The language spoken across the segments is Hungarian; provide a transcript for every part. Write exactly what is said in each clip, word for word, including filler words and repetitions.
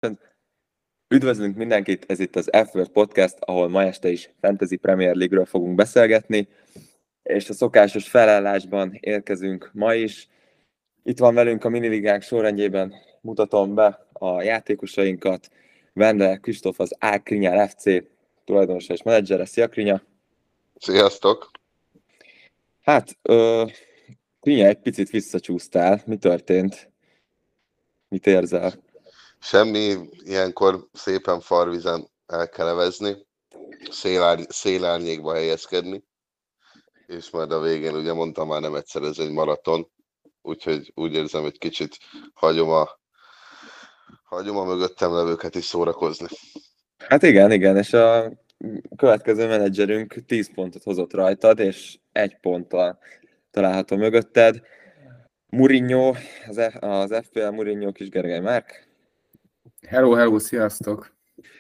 Üdvözlünk mindenkit, ez itt az F-Word Podcast, ahol ma este is Fantasy Premier League-ről fogunk beszélgetni, és a szokásos felállásban érkezünk ma is. Itt van velünk a miniligánk sorrendjében, mutatom be a játékosainkat. Vendel Kristóf, az A. Krinyár ef cé tulajdonosa és menedzsere. Szia, Krinya! Sziasztok! Hát, ö, Krinya, egy picit visszacsúsztál. Mi történt? Mit érzel? Semmi, ilyenkor szépen farvizen el kell evezni, szélár, szélárnyékba helyezkedni, és majd a végén, ugye mondtam már nem egyszer, ez egy maraton, úgyhogy úgy érzem, hogy kicsit hagyom a, hagyom a mögöttem levőket is szórakozni. Hát igen, igen, és a következő menedzserünk tíz pontot hozott rajtad, és egy ponttal található mögötted. Mourinho, az, F- az ef pé el Mourinho kis Gergely Márk. Hello, hello, sziasztok!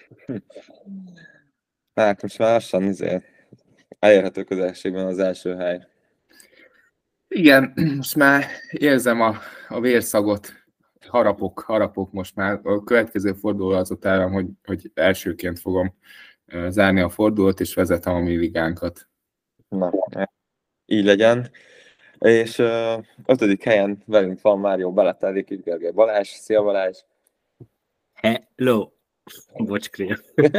Márk, most már lassan izé, elérhető közelségben az első hely. Igen, most már érzem a, a vérszagot, harapok, harapok most már. A következő forduló az ott állom, hogy, hogy elsőként fogom uh, zárni a fordulót, és vezetem a mi ligánkat. Na, így legyen. És uh, ötödik helyen velünk van Mário Balotelli, kis Gergely Balázs. Szia, Balázs! Hello! Bocs, Krinya.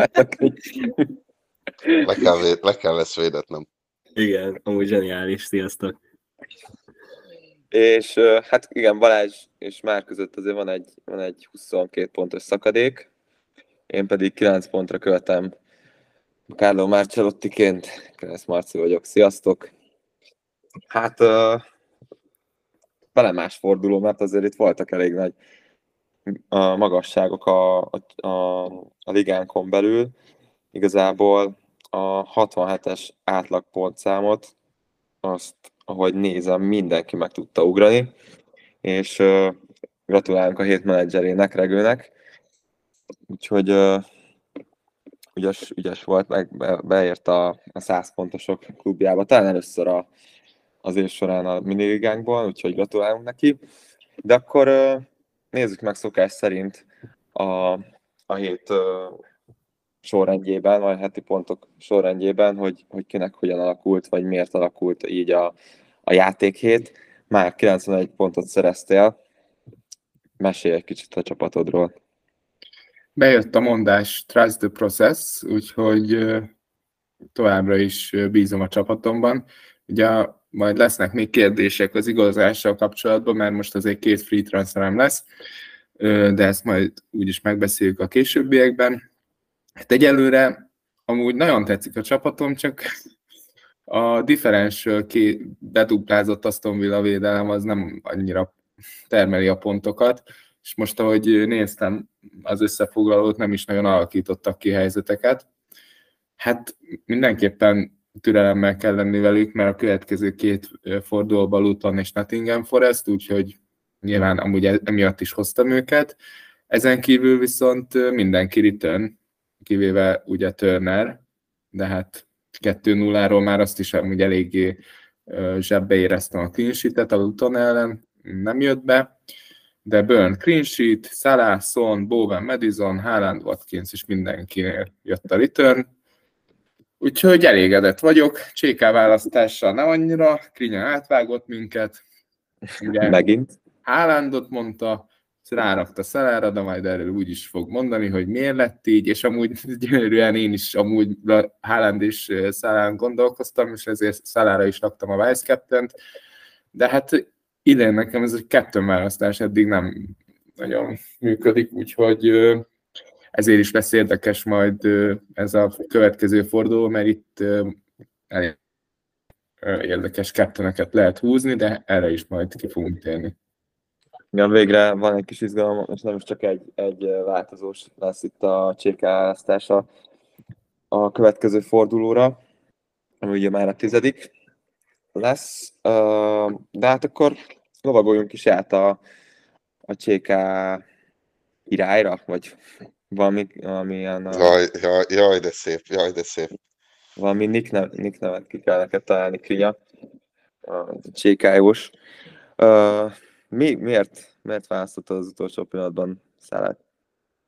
Le kell, vé- le kell lesz védetnem. Igen, amúgy zseniális, sziasztok! És uh, hát igen, Balázs és Márk között azért van egy, van egy huszonkét pontos szakadék. Én pedig kilenc pontra követem Carlo Marcelottiként. Kereszt Marci vagyok, sziasztok! Hát uh, vele más forduló, mert azért itt voltak elég nagy a magasságok a, a, a, a ligánkon belül. Igazából a hatvanhetes átlagpontszámot, azt, ahogy nézem, mindenki meg tudta ugrani, és uh, gratulálunk a hét menedzserének, Regőnek. Úgyhogy uh, ügyes, ügyes volt, meg be, beért a, a száz pontosok klubjába, talán először a, az év során a miniligánkból, úgyhogy gratulálunk neki. De akkor uh, nézzük meg szokás szerint a, a hét uh, sorrendjében, vagy heti pontok sorrendjében, hogy, hogy kinek hogyan alakult, vagy miért alakult így a, a játékhét. Már kilencvenegy pontot szereztél. Mesélj egy kicsit a csapatodról. Bejött a mondás Trust the Process, úgyhogy uh, továbbra is bízom a csapatomban. Ugye majd lesznek még kérdések az igazolással kapcsolatban, mert most azért két free transferem lesz, de ezt majd úgyis megbeszéljük a későbbiekben. Hát egyelőre amúgy nagyon tetszik a csapatom, csak a differential beduplázott Aston Villa védelem az nem annyira termeli a pontokat, és most ahogy néztem az összefoglalót, nem is nagyon alakítottak ki helyzeteket. Hát mindenképpen türelemmel kell lenni velük, mert a következő két fordulóban Luton és Nottingham Forest, úgyhogy nyilván amúgy emiatt is hoztam őket. Ezen kívül viszont mindenki return, kivéve ugye Turner, de hát kettő nulláról már azt is amúgy eléggé zsebbe éreztem a clean sheet-et a Luton ellen, nem jött be, de Burn clean sheet, Salah, Son, Bowen, Madison, Haaland, Watkins és mindenkinél jött a return. Úgyhogy elégedett vagyok, cé ká választással nem annyira, Krinya átvágott minket. Ugye, megint. Haalandot mondta, rárakta Salahra, de majd erről úgy is fog mondani, hogy miért lett így, és amúgy gyönyörűen én is amúgy Haaland és Salahn gondolkoztam, és ezért Salahra is raktam a vice captain-t, de hát idén nekem ez egy kettőn választás eddig nem nagyon működik, úgyhogy ezért is lesz érdekes majd ez a következő forduló, mert itt elég érdekes kettőneket lehet húzni, de erre is majd ki fogunk térni. Igen, végre van egy kis izgalom, és nem is csak egy, egy változós lesz itt a cé ká választása a következő fordulóra, ami ugye már a tizedik lesz, de hát akkor lovagoljunk is át a, a cé ká királyra, vagy valami, valamilyen... Jaj, jaj, jaj, de szép, jaj, de szép. Valami nick, nev, nick nevet ki kell neked találni, Krinya, a cé ká-os. Uh, mi, miért, miért választottad az utolsó pillanatban Salát?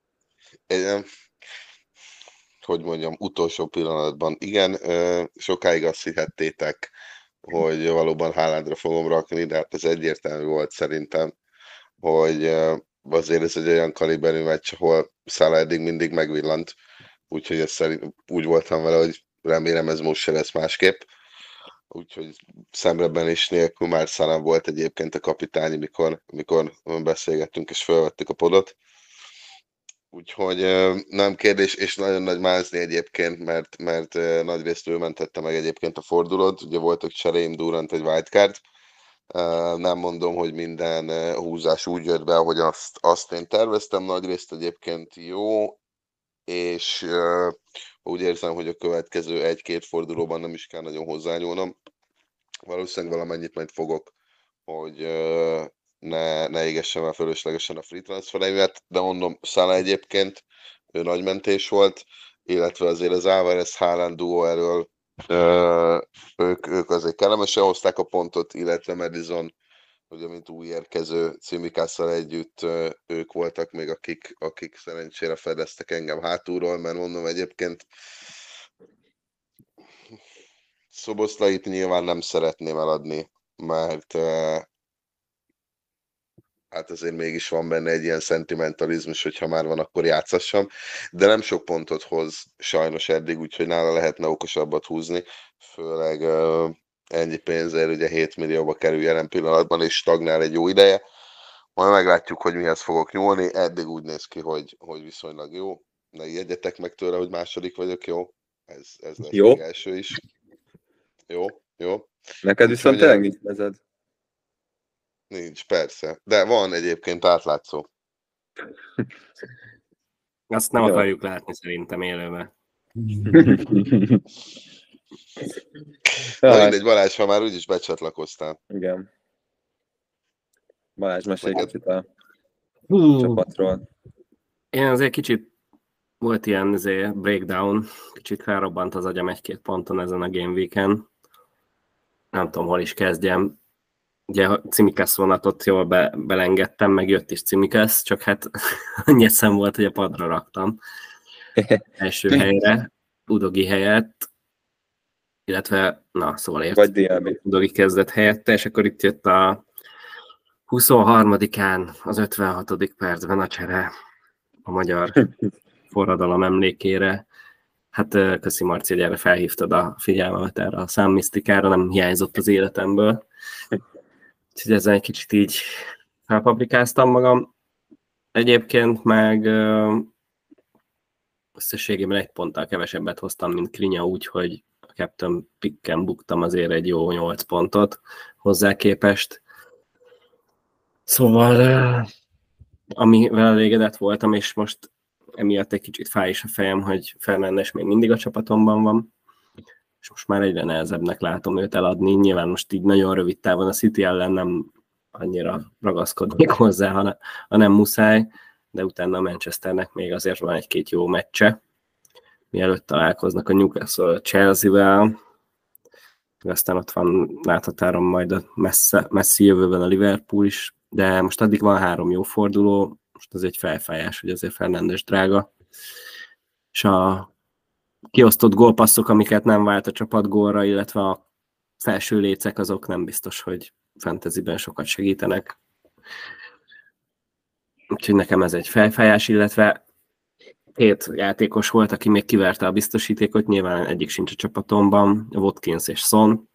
Én, hogy mondjam, utolsó pillanatban. Igen, sokáig azt hihettétek, hogy valóban Haalandra fogom rakni, de hát ez egyértelmű volt szerintem, hogy azért ez egy olyan kaliberű meccs, ahol Salah eddig mindig megvillant, úgyhogy ez szerint, úgy voltam vele, hogy remélem ez most se lesz másképp. Úgyhogy szemreben is nélkül már Salah volt egyébként a kapitány, mikor, mikor beszélgettünk és felvettük a podot. Úgyhogy nem kérdés, és nagyon nagy mázni egyébként, mert, mert nagyrészt ő mentette meg egyébként a fordulót. Ugye voltak cseréim, Durant egy wildcard. Nem mondom, hogy minden húzás úgy jött be, ahogy azt, azt én terveztem. Nagyrészt egyébként jó, és úgy érzem, hogy a következő egy-két fordulóban nem is kell nagyon hozzányúlnom. Valószínűleg valamennyit majd fogok, hogy ne, ne égessem el fölöslegesen a free transfereimet, de mondom, Salah egyébként ő nagy mentés volt, illetve azért az Álvarez Haaland duó erről ö, ők, ők azért kellemesen hozták a pontot, illetve Madison, ugye mint új érkező Cimikásszal együtt ö, ők voltak még, akik, akik szerencsére fedeztek engem hátulról, mert mondom egyébként Szoboszlait nyilván nem szeretném eladni, mert uh, hát azért mégis van benne egy ilyen szentimentalizmus, hogyha már van, akkor játszassam, de nem sok pontot hoz sajnos eddig, úgyhogy nála lehetne okosabbat húzni, főleg uh, ennyi pénzért, ugye hét millióba kerül jelen pillanatban, és stagnál egy jó ideje. Majd meglátjuk, hogy mihez fogok nyúlni, eddig úgy néz ki, hogy, hogy viszonylag jó. Ne ijedjetek meg tőle, hogy második vagyok, jó? Ez, ez lesz Jó. még első is. Jó, jó. Neked Úgy, viszont hogy, tényleg nincs mezed. Nincs, persze. De van egyébként átlátszó. Azt nem Jó. akarjuk látni szerintem élőben. Na Jaj, mindegy, Balázs, ha már úgyis becsatlakoztál. igen. Balázs, mesélj Neked- kicsit a Hú, csapatról. én azért kicsit volt ilyen azért breakdown, kicsit felrobbant az agyam egy-két ponton ezen a Game Week-en. Nem tudom, hol is kezdjem. Ugye a Cimikász vonatot jól be, belengedtem, meg jött is Cimikász, csak hát annyi eszem volt, hogy a padra raktam. Első helyre, Udogi helyett, illetve, na, szóval ért. Vagy dé el bé. Udogi kezdett helyette, és akkor itt jött a huszonharmadikán az ötvenhatodik percben a csere a magyar forradalom emlékére. Hát köszi Marci, hogy erre felhívtad a figyelmemet erre a számmisztikára, nem hiányzott az életemből. Úgyhogy ezzel egy kicsit így felpaprikáztam magam. Egyébként meg összességében egy ponttal kevesebbet hoztam, mint Krinya, úgyhogy a Captain Picken buktam azért egy jó nyolc pontot hozzá képest. Szóval amivel elégedett voltam, és most emiatt egy kicsit fáj is a fejem, hogy Fernandes még mindig a csapatomban van, és most már egyre nehezebbnek látom őt eladni. Nyilván most így nagyon rövid távon a City ellen nem annyira ragaszkodnék hozzá, ha, ha nem muszáj, de utána a Manchesternek még azért van egy-két jó meccse, mielőtt találkoznak a Newcastle Chelsea-vel, aztán ott van láthatáron majd a messze, messzi jövőben a Liverpool is, de most addig van három jó forduló, most az egy felfájás, hogy azért Fernandes drága, és a kiosztott gólpasszok, amiket nem vált a csapat gólra, illetve a felső lécek, azok nem biztos, hogy fantasyben sokat segítenek. Úgyhogy nekem ez egy felfájás, illetve két játékos volt, aki még kiverte a biztosítékot, nyilván egyik sincs a csapatomban, Watkins és Son.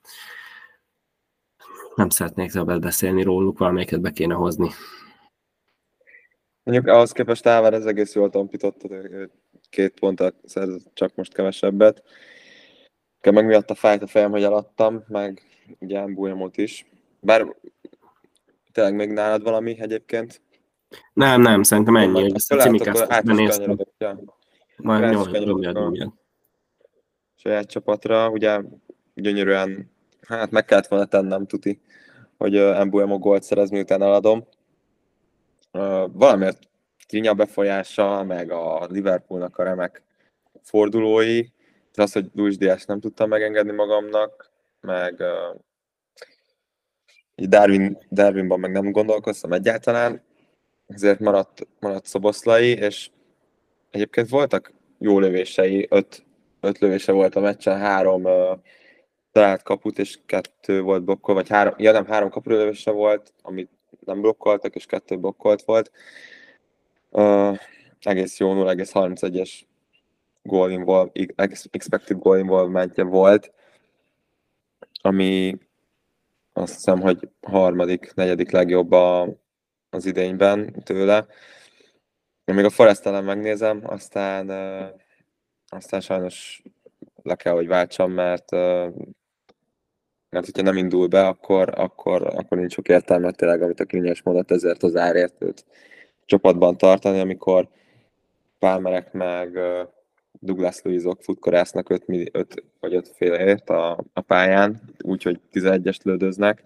Nem szeretnék többet beszélni róluk, valamelyiket be kéne hozni. Mondjuk ahhoz képest Álvár ez egész jól tompított, két ponttal szerzett, csak most kevesebbet. Meg miatt a fájt a fejem, hogy eladtam, meg ugye Mbujamot is. Bár tényleg még nálad valami egyébként? Nem, nem, szerintem ennyi, hogy ezt a Cimikászt benéztem. Majd nyolc saját csapatra, ugye gyönyörűen, hát meg kellett volna tennem, tuti, hogy Mbujamo gólt szerez, miután eladom. Valamiért Krinya befolyása, meg a Liverpoolnak a remek fordulói, és az, hogy Luis Diaz nem tudtam megengedni magamnak, meg uh, Darwin, Darwinban meg nem gondolkoztam egyáltalán, ezért maradt, maradt Szoboszlai, és egyébként voltak jó lövései, öt, öt lövése volt a meccsen, három uh, talált kaput, és kettő volt blokkol, vagy három, ja nem, három kapulövése volt, amit nem blokkoltak, és kettő blokkolt volt. Uh, egész jó nulla egész harmincegyes goal involve, expected goal involvementje volt, ami azt hiszem, hogy harmadik, negyedik legjobb a, az idényben tőle. Én még a Forest ellen megnézem, aztán, uh, aztán sajnos le kell, hogy váltsam, mert, uh, mert hogyha nem indul be, akkor, akkor, akkor nincs sok értelme tényleg, amit a Krinyes mondott, ezért az árért őt csapatban tartani, amikor Palmerek meg uh, Douglas Luizok futkorásznak öt vagy öt félért a, a pályán, úgyhogy tizenegyest lődöznek.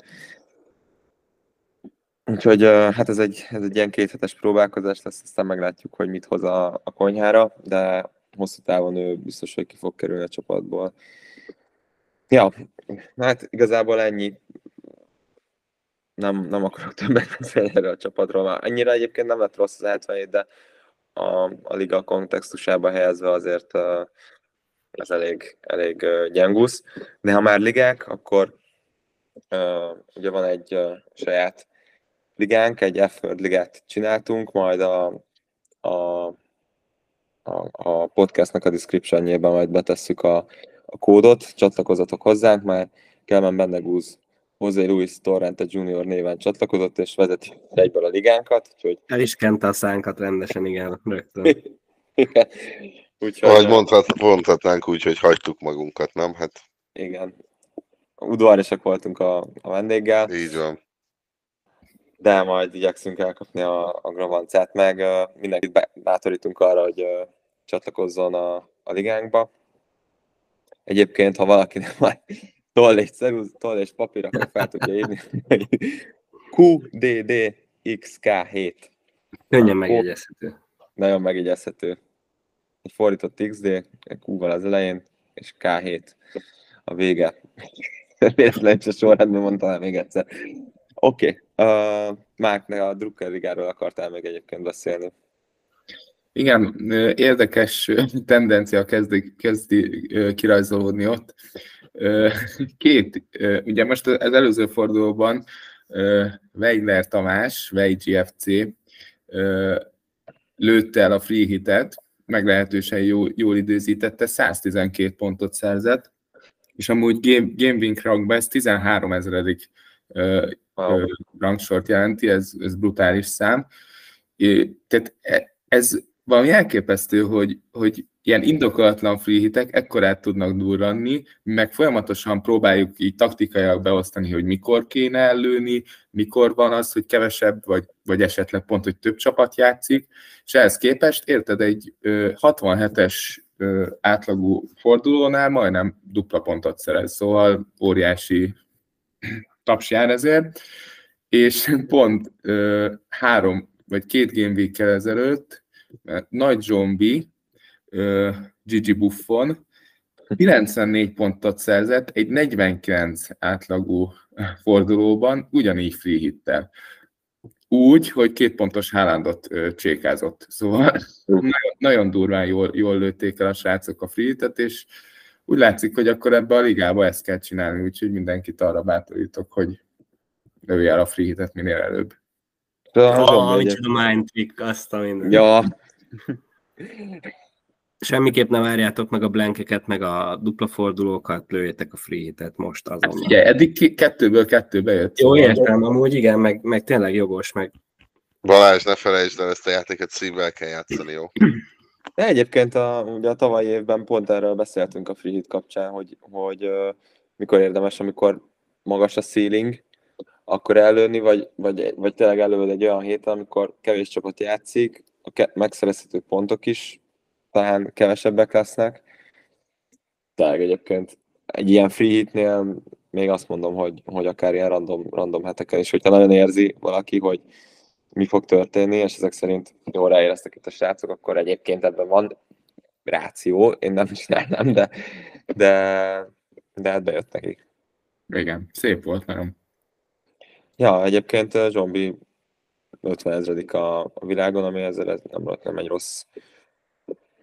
Úgyhogy uh, hát ez egy, ez egy ilyen kéthetes próbálkozás lesz, aztán meglátjuk, hogy mit hoz a, a konyhára, de hosszú távon ő biztos, hogy ki fog kerülni a csapatból. Ja, hát igazából ennyi. Nem, nem akarok többet beszélni erről a csapatról, már ennyire egyébként nem lett rossz az hetvenhét, de a, a liga kontextusába helyezve azért uh, ez elég, elég uh, gyengusz. De ha már ligák, akkor uh, ugye van egy uh, saját ligánk, egy F-Word ligát csináltunk, majd a, a, a, a podcastnak a descriptionjében majd betesszük a, a kódot, csatlakozatok hozzánk, már Kelmen Bendegúz José Luis Torrente junior néven csatlakozott, és vezeti egyből a ligánkat, úgyhogy... El is kente a szánkat rendesen, igen, rögtön. Úgyhogy... Ahogy mondhat, mondhatnánk úgy, hogy hagytuk magunkat, nem? Hát... Igen. Udvariasak voltunk a, a vendéggel. Így van. De majd igyekszünk elkapni a, a gravancát, meg uh, mindenkit bátorítunk arra, hogy uh, csatlakozzon a, a ligánkba. Egyébként, ha valakinek már toll és cerusz, toll és papír, akkor fel tudja írni. Q D D X K hét. Könnyen megjegyezhető. Nagyon megjegyezhető. Egy fordított X D, egy Q-val az elején, és K hét a vége. Véletlenül is a sorrendben mondtam el még egyszer. Oké, okay. uh, Márk, a Drucker ligáról akartál még egyébként beszélni. Igen, érdekes tendencia kezdi, kezdi kirajzolódni ott. Két, ugye most az előző fordulóban Weigler Tamás, Vej G F C lőtte el a free hitet, meglehetősen jól, jól időzítette, száztizenkét pontot szerzett, és amúgy Game, Gamewink rankban ez tizenháromezeredik wow. rangsort jelenti, ez, ez brutális szám. Tehát ez valami elképesztő, hogy, hogy ilyen indokolatlan free hitek ekkorát tudnak durranni, meg folyamatosan próbáljuk így taktikailag beosztani, hogy mikor kéne ellőni, mikor van az, hogy kevesebb, vagy, vagy esetleg pont, hogy több csapat játszik, és ehhez képest, érted, egy ö, hatvanhetes ö, átlagú fordulónál majdnem dupla pontot szerez, szóval óriási taps jár ezért, és pont ö, három vagy két game week-kel ezelőtt Nagy Zsombi, uh, Gigi Buffon kilencvennégy pontot szerzett egy negyvenkilenc átlagú fordulóban, ugyanígy free hittel. Úgy, hogy két pontos Haalandot uh, csékázott. Szóval nagyon, nagyon durván jól, jól lőtték el a srácok a free hitet, és úgy látszik, hogy akkor ebbe a ligába ezt kell csinálni, úgyhogy mindenkit arra bátorítok, hogy lőj el a free hitet minél előbb. Ah, micsoda mind trick, azt a minden. Ja. Semmiképp ne várjátok meg a blankeket, meg a dupla fordulókat, lőjétek a free hitet most azonnal. Hát ugye, eddig kettőből kettőbe jött. Jó, értem, amúgy igen, meg, meg tényleg jogos, meg... Balázs, ne felejtsd el, ezt a játékot szívvel kell játszani, jó? De egyébként a, ugye a tavalyi évben pont erről beszéltünk a free hit kapcsán, hogy, hogy uh, mikor érdemes, amikor magas a ceiling, akkor előni, vagy, vagy, vagy tényleg előd egy olyan héten, amikor kevés csapat játszik, a ke- megszerezhető pontok is talán kevesebbek lesznek. Tehát egyébként egy ilyen free hitnél még azt mondom, hogy, hogy akár ilyen random, random heteken is, hogyha nagyon érzi valaki, hogy mi fog történni, és ezek szerint jól ráéreztek itt a srácok, akkor egyébként ebben van ráció, én nem csinálnám, de, de, de hát bejött nekik. Igen, szép volt nagyon. Ja, egyébként Zsombi ötvenezredik a, a világon, ami ezzel nem, nem egy rossz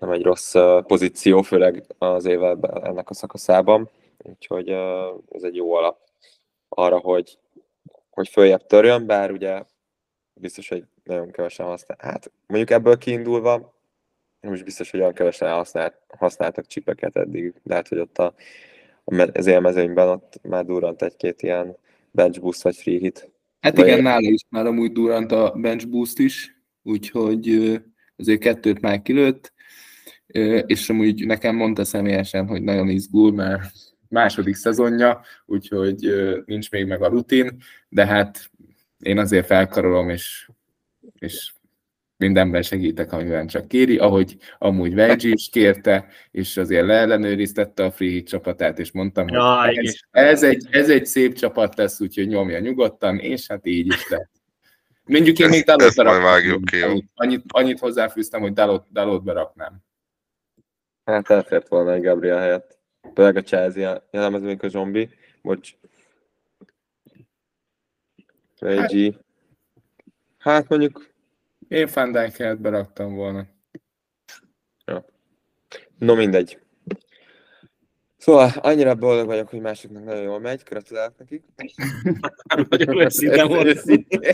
nem egy rossz pozíció, főleg az évben ennek a szakaszában. Úgyhogy ez egy jó alap arra, hogy, hogy följebb törjön, bár ugye biztos, hogy nagyon kevesen használ. Hát mondjuk ebből kiindulva, nem is biztos, hogy olyan kevesen használt, használtak csipeket eddig. Lehet, hogy ott a, az élmezőnyben ott már durrant egy-két ilyen bench boost vagy free hit. Hát vagy igen, nála is már amúgy durrant a bench boost is, úgyhogy azért kettőt már kilőtt, és amúgy nekem mondta személyesen, hogy nagyon izgul, mert második szezonja, úgyhogy nincs még meg a rutin, de hát én azért felkarolom, és, és mindenben segítek, amiben csak kéri, ahogy amúgy Vegyi is kérte, és azért leellenőriztette a free hit csapatát, és mondtam, hogy Jaj, ez, ez, egy, ez egy szép csapat lesz, úgyhogy nyomja nyugodtan, és hát így is lett. Mondjuk én még Dalot Ezt majd beraknám. vágjuk ki, jó? Annyit, annyit, annyit hozzáfűztem, hogy Dalot, Dalot beraknám. Hát elfért volna egy Gabriel helyett. Például a Chelsea, jellemező még a zombi. Bocs. Vegyi. Hát mondjuk Én Van Dijk helyett beraktam volna. no mindegy. Szóval annyira boldog vagyok, hogy másoknak nagyon jól megy, gratulálok nekik. Nagyon őszinte volt.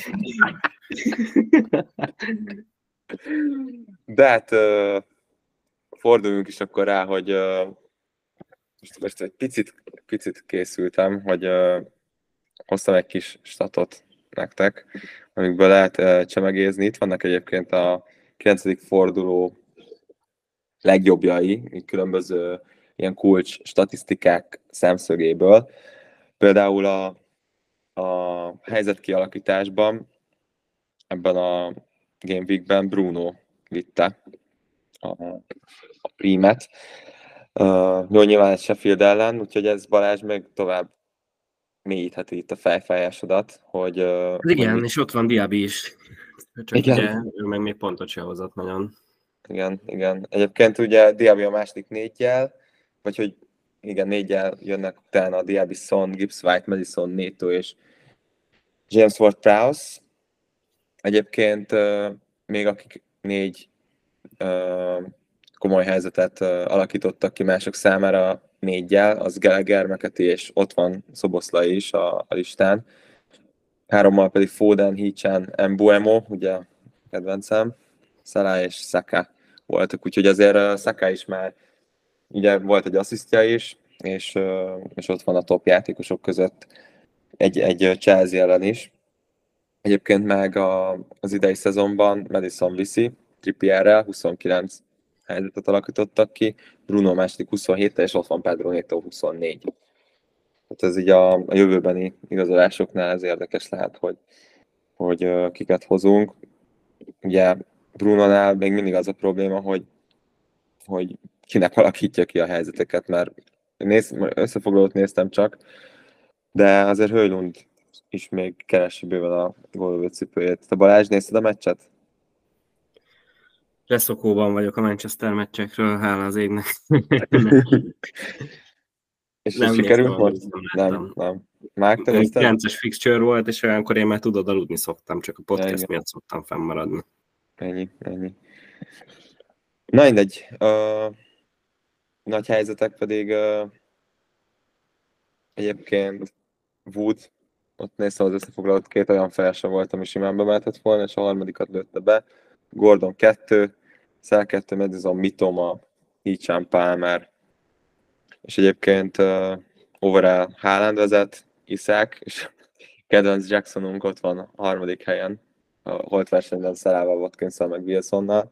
De hát uh, forduljunk is akkor rá, hogy uh, most, most egy picit, picit készültem, hogy uh, hoztam egy kis statot nektek, amikből lehet uh, csemegézni. Itt vannak egyébként a kilencedik forduló legjobbjai, különböző ilyen kulcs statisztikák szemszögéből. Például a, a helyzetkialakításban, ebben a Game Weekben Bruno vitte a, a prímet. Uh, jó, nyilván egy Sheffield ellen, úgyhogy ez Balázs meg tovább mélyítheti itt a fejfájásodat, hogy... Uh, Igen, hogy... és ott van Diaby is. Csak igen. ugye ő meg még pontot se hozott nagyon. Igen, igen. Egyébként ugye Diaby a második négyjel, vagy hogy igen, négyjel jönnek utána a Diaby, Son, Gibbs White, Madison, Neto és James Ward-Prowse. Egyébként uh, még akik négy uh, komoly helyzetet uh, alakítottak ki mások számára négyjel, az Gallagher, McAtee, és ott van Szoboszlai is a, a listán. Hárommal pedig Foden, Hichan, Mbuemo, ugye kedvencem, Salah és Saka voltak, úgyhogy azért uh, Saka is már ugye volt egy asszisztja is, és, uh, és ott van a top játékosok között egy, egy Chelsea ellen is. Egyébként meg a, az idei szezonban Madison viszi, Trippierrel huszonkilenc helyzetet alakítottak ki, Bruno második huszonhéttel, és ott van Pedro Neto huszonnégy. Hát ez így a, a jövőbeni igazolásoknál ez érdekes lehet, hogy, hogy uh, kiket hozunk. Ugye Brunonál még mindig az a probléma, hogy, hogy kinek alakítja ki a helyzeteket, mert néz, összefoglalót néztem csak, de azért Højlund is még keresi bőven a gólövő cipőjét. Te Balázs, nézted a meccset? Leszokóban vagyok a Manchester meccsekről, hála az égnek. És Nem sikerült néztem, most? nem Nem, nem. Már te Egy nézted? kilences fixture volt, és olyankor én már tudod, aludni szoktam, csak a podcast Igen. miatt szoktam fennmaradni. Ennyi, ennyi. Na mindegy. Uh, nagy helyzetek pedig uh, egyébként Wood, ott néztem az összefoglalót, két olyan felse volt, ami simán bemehetett volna, és a harmadikat lőtte be. Gordon kettő, Szel kettő, Madison, Mitoma, Hichan, Palmer, és egyébként uh, overall Haaland vezet, Iszák, és kedvenc Jacksonunk ott van a harmadik helyen, a holt versenyben Szalával, Watkinsszal, meg Wilsonnal.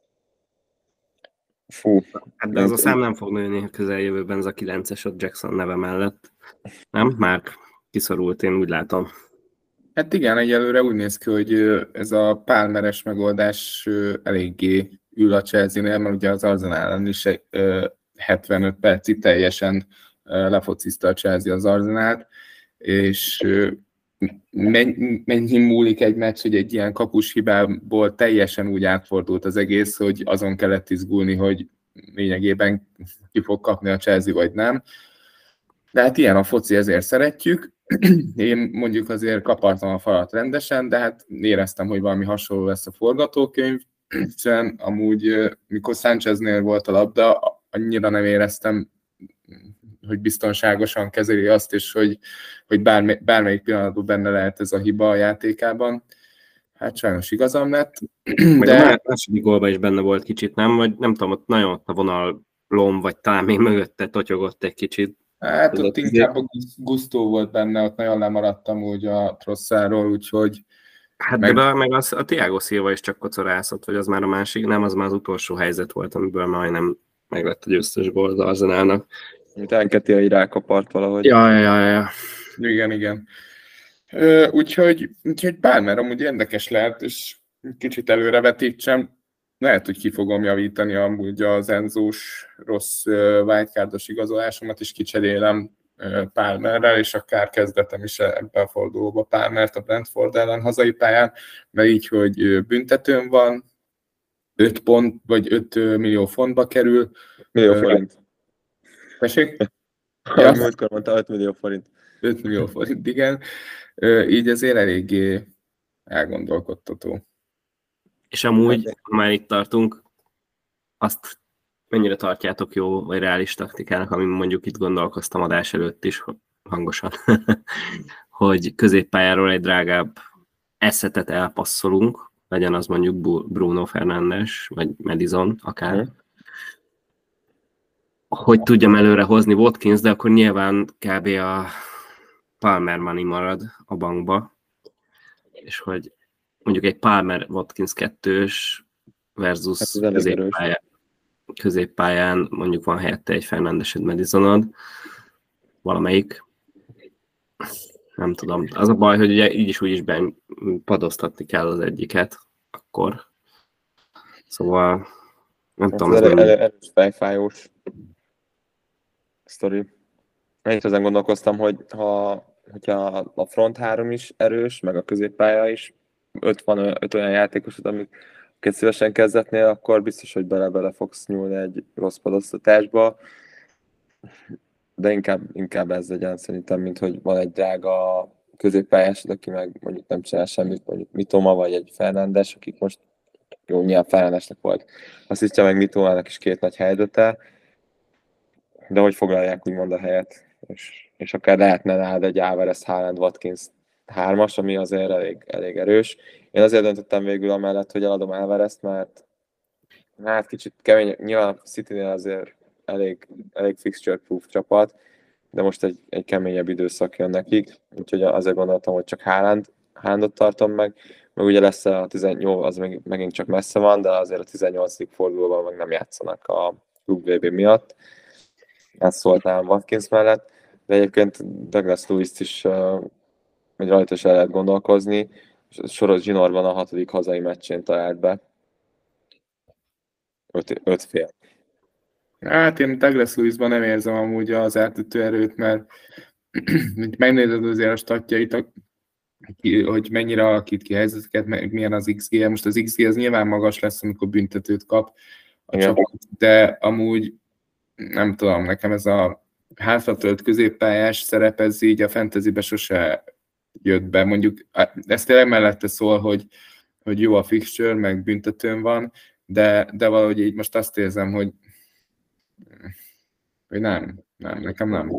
Fú. Hát de az a szám nem fog nőni a közeljövőben, ez a kilences ott Jackson neve mellett. Nem? Már kiszorult, én úgy látom. Hát igen, egyelőre úgy néz ki, hogy ez a Palmeres megoldás eléggé ül a Chelsea-nél, mert ugye az Arsenal ellen is hetvenöt percig teljesen lefocizta a Chelsea az Arsenalt, és mennyi múlik egy meccs, hogy egy ilyen kapus hibából teljesen úgy átfordult az egész, hogy azon kellett izgulni, hogy lényegében ki fog kapni a Chelsea, vagy nem. De hát ilyen a foci, ezért szeretjük. Én mondjuk azért kapartam a falat rendesen, de hát éreztem, hogy valami hasonló lesz a forgatókönyv. Hiszen amúgy, mikor Sáncheznél volt a labda, annyira nem éreztem, hogy biztonságosan kezeli azt, és hogy, hogy bármely, bármelyik pillanatban benne lehet ez a hiba a játékában. Hát sajnos igazam lett. Meg De... a második gólban is benne volt kicsit, nem? Vagy nem tudom, ott nagyon ott a vonalom, vagy talán még mögötte totyogott egy kicsit. Hát ott inkább a gusztó volt benne, ott nagyon lemaradtam úgy a Trossáról, úgyhogy... Hát meg... de meg az, a Thiago Silva is csak kocorászott, vagy az már a másik, nem, az már az utolsó helyzet volt, amiből majdnem meg lett a győztes gól az Arsenalnak. Mint Enketia rákapart valahogy. Ja, ja, ja, ja. Igen, igen. Ö, úgyhogy, úgyhogy Palmer amúgy érdekes lehet, és kicsit előrevetítsem. Lehet, hogy ki fogom javítani amúgy az Enzós rossz wildcardos igazolásomat, és kicserélem Palmerrel, és akár kezdetem is ebbe a fordulóba Palmert a Brentford ellen hazai pályán, mert így, hogy büntetőn van, öt pont, vagy öt millió fontba kerül. Millió forint. Tessék? Ja, múltkor mondta öt millió forint. öt millió forint, igen. Így azért eléggé elgondolkodtató. És amúgy, ha már itt tartunk, azt mennyire tartjátok jó, vagy reális taktikának, amin mondjuk itt gondolkoztam adás előtt is hangosan, hogy középpályáról egy drágább eszetet elpasszolunk, legyen az mondjuk Bruno Fernandes, vagy Madison akár, hmm. hogy tudjam előre hozni Watkins, de akkor nyilván kb. A Palmer money marad a bankba, és hogy mondjuk egy Palmer-Watkins kettős versus hát középpályán, középpályán mondjuk van helyette egy Fernandesed, Madisonod, valamelyik. Nem tudom. Az a baj, hogy ugye így is úgy is ben padoztatni kell az egyiket, akkor. Szóval nem hát tudom. Ez elő, elő, erős fejfájós sztori. Én is ezen gondolkoztam, hogy ha hogyha a front három is erős, meg a középpálya is, öt van öt olyan játékosod, amik szívesen kezdetnél, akkor biztos, hogy bele-bele fogsz nyúlni egy rossz padoztatásba. De inkább, inkább ez legyen szerintem, mint hogy van egy drága középpályásod, aki meg mondjuk nem csinál semmit, mondjuk Mitoma, vagy egy Fernandes, akik most jó, nyilván Fernandesnek volt. Azt hiszem, meg Mitomának is két nagy helyzete, de hogy foglalják úgymond a helyet, és, és akár lehetne nálad egy Alvarez, Haaland, Watkins hármas, ami azért elég, elég erős. Én azért döntöttem végül amellett, hogy eladom Alvarezt, mert hát kicsit kemény, nyilván a Citynél azért elég, elég fixture-proof csapat, de most egy, egy keményebb időszak jön nekik, úgyhogy azért gondoltam, hogy csak Haaland, Haalandot tartom meg, meg ugye lesz a tizennyolc, az meg, megint csak messze van, de azért a tizennyolcadik fordulóban meg nem játszanak a klub vé bé miatt. Ezt szóltál Watkins mellett, de egyébként Douglas Luiz-t is uh, hogy rajta is el lehet gondolkozni. Soros Zsinorban a hatodik hazai meccsén talált be. Öt, öt fél. Hát én Douglas Luizban nem érzem amúgy az átütő erőt, mert megnézed azért a statjait, hogy mennyire alakít ki helyzeteket, milyen az iksz gé. Most az iksz gé az nyilván magas lesz, amikor büntetőt kap a csapat, de amúgy nem tudom, nekem ez a hátratölt középpályás szerep, ez így a fantasybe sose jött be. Mondjuk ez tényleg mellette szól, hogy, hogy jó a fixture, meg büntetőn van, de, de valahogy így most azt érzem, hogy, hogy nem, nem, nekem nem.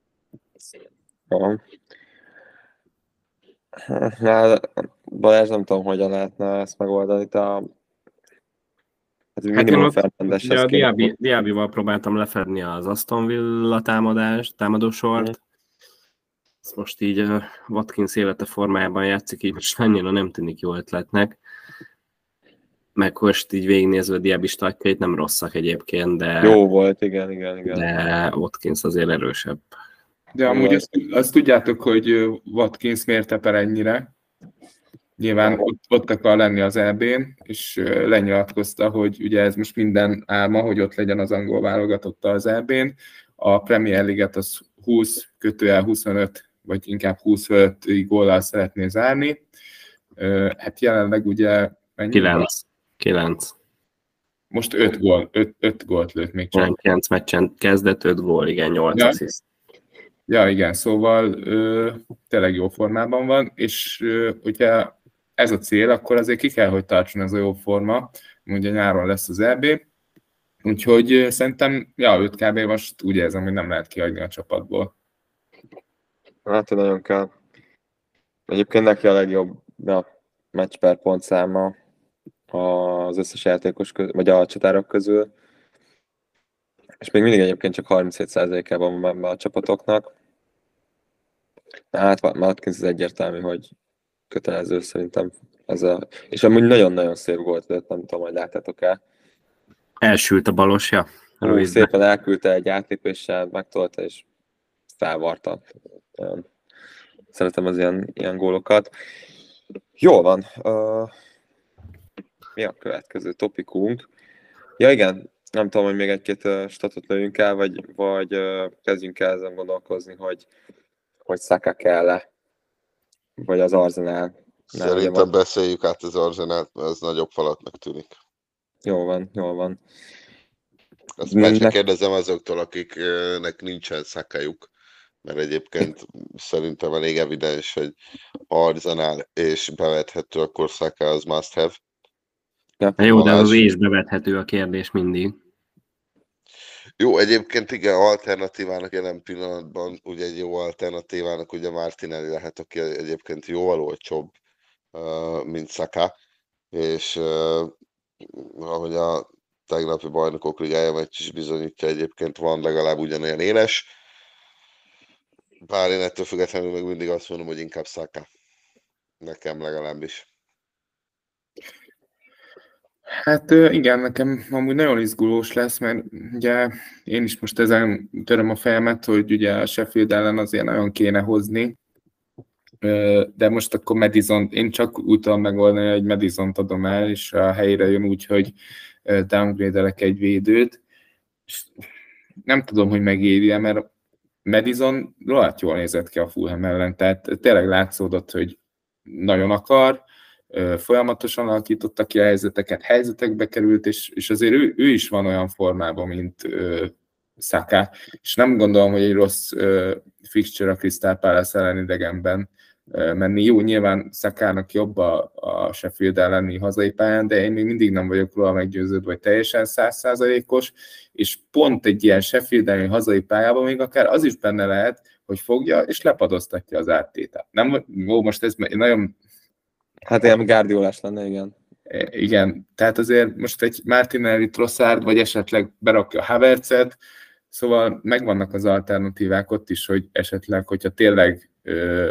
Hát, Balázs, nem tudom, hogyan lehetne ezt megoldani. Te a hát minimum Fernandeshez a Diaby, Diabyval próbáltam lefedni az Aston Villa támadást, támadósort. Mm. Ezt most így uh, Watkins élete formájában játszik, így most annyira nem tűnik jó ötletnek. Meg most így végignézve Diaby statjait nem rosszak egyébként, de... Jó volt, igen, igen, igen. De Watkins azért erősebb. De amúgy azt, azt tudjátok, hogy Watkins miért tepel ennyire. Nyilván ott, ott akar lenni az é bén, és lenyilatkozta, hogy ugye ez most minden álma, hogy ott legyen az angol válogatott az é bén. A Premier League-et az húsz kötőjel huszonöt, vagy inkább huszonöt góllal szeretné zárni. Hát jelenleg ugye... kilenc. kilenc. Most öt gól, öt gólt lőtt még csak. kilenc meccsen kezdett, öt gól, igen, nyolc ja. assziszt. Ja, igen, szóval ö, tényleg jó formában van, és ö, hogyha ez a cél, akkor azért ki kell, hogy tartson ez a jó forma, ugye nyáron lesz az é bé, úgyhogy szerintem, ja, őt kb. Most úgy érzem, hogy nem lehet kiadni a csapatból. Hát, hogy nagyon kell. Egyébként neki a legjobb ja, meccs per pont száma az összes játékos közül, vagy a csatárok közül. És még mindig egyébként csak harminchét százalékában van be a csapatoknak. Hát Watkins az egyértelmű, hogy kötelező szerintem. Ez a... És amúgy nagyon-nagyon szép volt, nem tudom, hogy láttátok-e. Elsült a balosja. Hú, szépen elküldte egy átlépéssel, megtolta és felvarta. Szeretem az ilyen, ilyen gólokat. Jól van. Uh, mi a következő topikunk? Ja igen, nem tudom, hogy még egy-két uh, statot lőjünk el, vagy, vagy uh, kezdjünk el ezen gondolkozni, hogy, hogy Saka kell-e, vagy az Arsenal. Szerintem beszéljük át az Arsenált, mert ez nagyobb falatnak tűnik. Jó van, jó van. Azt már csak kérdezem azoktól, akiknek nincsen Sakajuk, mert egyébként szerintem elég evidens, hogy Arsenal és bevethető, akkor Saka az must have. Ja. Jó, de az is bevethető a kérdés mindig. Jó, egyébként igen, alternatívának jelen pillanatban, ugye egy jó alternatívának ugye Martinelli lehet, aki egyébként jóval olcsóbb, mint Saka, és ahogy a tegnapi bajnokok ligája meccs is bizonyítja, egyébként van legalább ugyanolyan éles. Bár én ettől függetlenül meg mindig azt mondom, hogy inkább Saka. Nekem legalábbis. Hát igen, nekem amúgy nagyon izgulós lesz, mert ugye én is most ezen töröm a fejemet, hogy ugye a Sheffield ellen azért nagyon kéne hozni, de most akkor Madison, én csak úgy tudom megoldani, hogy Madisont adom el, és a helyére jön úgy, hogy downgrade-elek egy védőt, és nem tudom, hogy megéri, mert Madison rohadt jól nézett ki a Fulham ellen, tehát tényleg látszódott, hogy nagyon akar, folyamatosan alakította ki a helyzeteket, helyzetekbe került, és, és azért ő, ő is van olyan formában, mint uh, Saka, és nem gondolom, hogy egy rossz uh, fixture a Crystal Palace ellen idegenben uh, menni. Jó, nyilván Sakának jobb a, a Sheffield elleni hazai pályán, de én még mindig nem vagyok róla meggyőződve, hogy teljesen száz százalékos, és pont egy ilyen Sheffield elleni hazai pályában még akár az is benne lehet, hogy fogja, és lepadoztatja az áttétát. Nem, ó, most ez nagyon... Hát ilyen Guardiolás lenne, igen. Igen, tehát azért most egy Martinelli, Trossard, vagy esetleg berakja a Havertzet, szóval megvannak az alternatívák ott is, hogy esetleg, hogyha tényleg ö,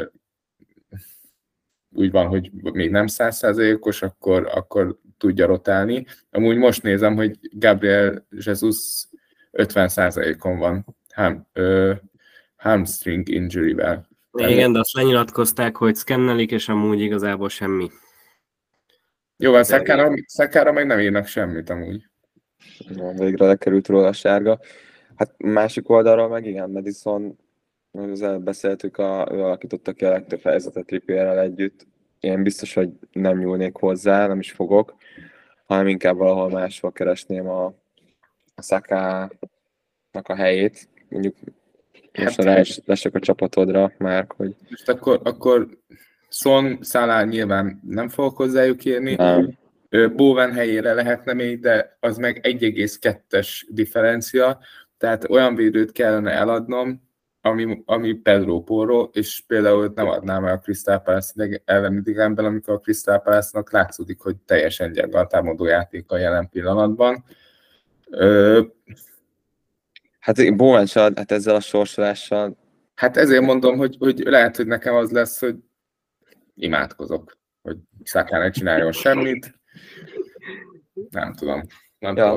úgy van, hogy még nem száz százalékos, akkor, akkor tudja rotálni. Amúgy most nézem, hogy Gabriel Jesus ötven százalékon van ham, ö, hamstring injury-vel. Igen, de azt lenyilatkozták, hogy szkennelik, és amúgy igazából semmi. Jó, van, Szakára, Szakára meg nem írnak semmit amúgy. Ja, végre lekerült róla a sárga. Hát másik oldalról meg igen, Madison, az előbb beszéltük, a, ő alakította ki a legtöbb helyzetet Trippierrel együtt. Én biztos, hogy nem nyúlnék hozzá, nem is fogok, hanem inkább valahol máshol keresném a, a Szakának a helyét. Mondjuk most hát, lesek a csapatodra már, hogy... Most akkor, akkor Son, Salah nyilván nem fogok hozzájuk írni. Nem. Bowen helyére lehetne még, de az meg egy egész kettes differencia, tehát olyan védőt kellene eladnom, ami, ami Pedro Porro, és például nem adnám el a Crystal Palace ellen idegenben, amikor a Crystal Palace-nak látszódik, hogy teljesen gyenge a támadó játéka jelen pillanatban. Ö... Hát Bowen sem, hát ezzel a sorsolással... Hát ezért mondom, hogy, hogy lehet, hogy nekem az lesz, hogy imádkozok, hogy Saka ne csináljon semmit. Nem tudom. Nem ja. tudom.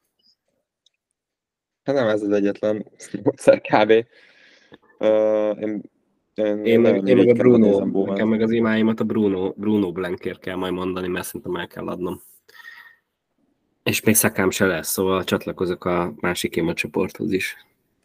Hát nem ez az egyetlen módszer kb. Uh, én, én, én, meg, én meg a Bruno, nekem meg az imáimat a Bruno, Bruno Blankért kell majd mondani, mert szerintem el kell adnom. És még Szakám se lesz, szóval csatlakozok a másik éma csoporthoz is.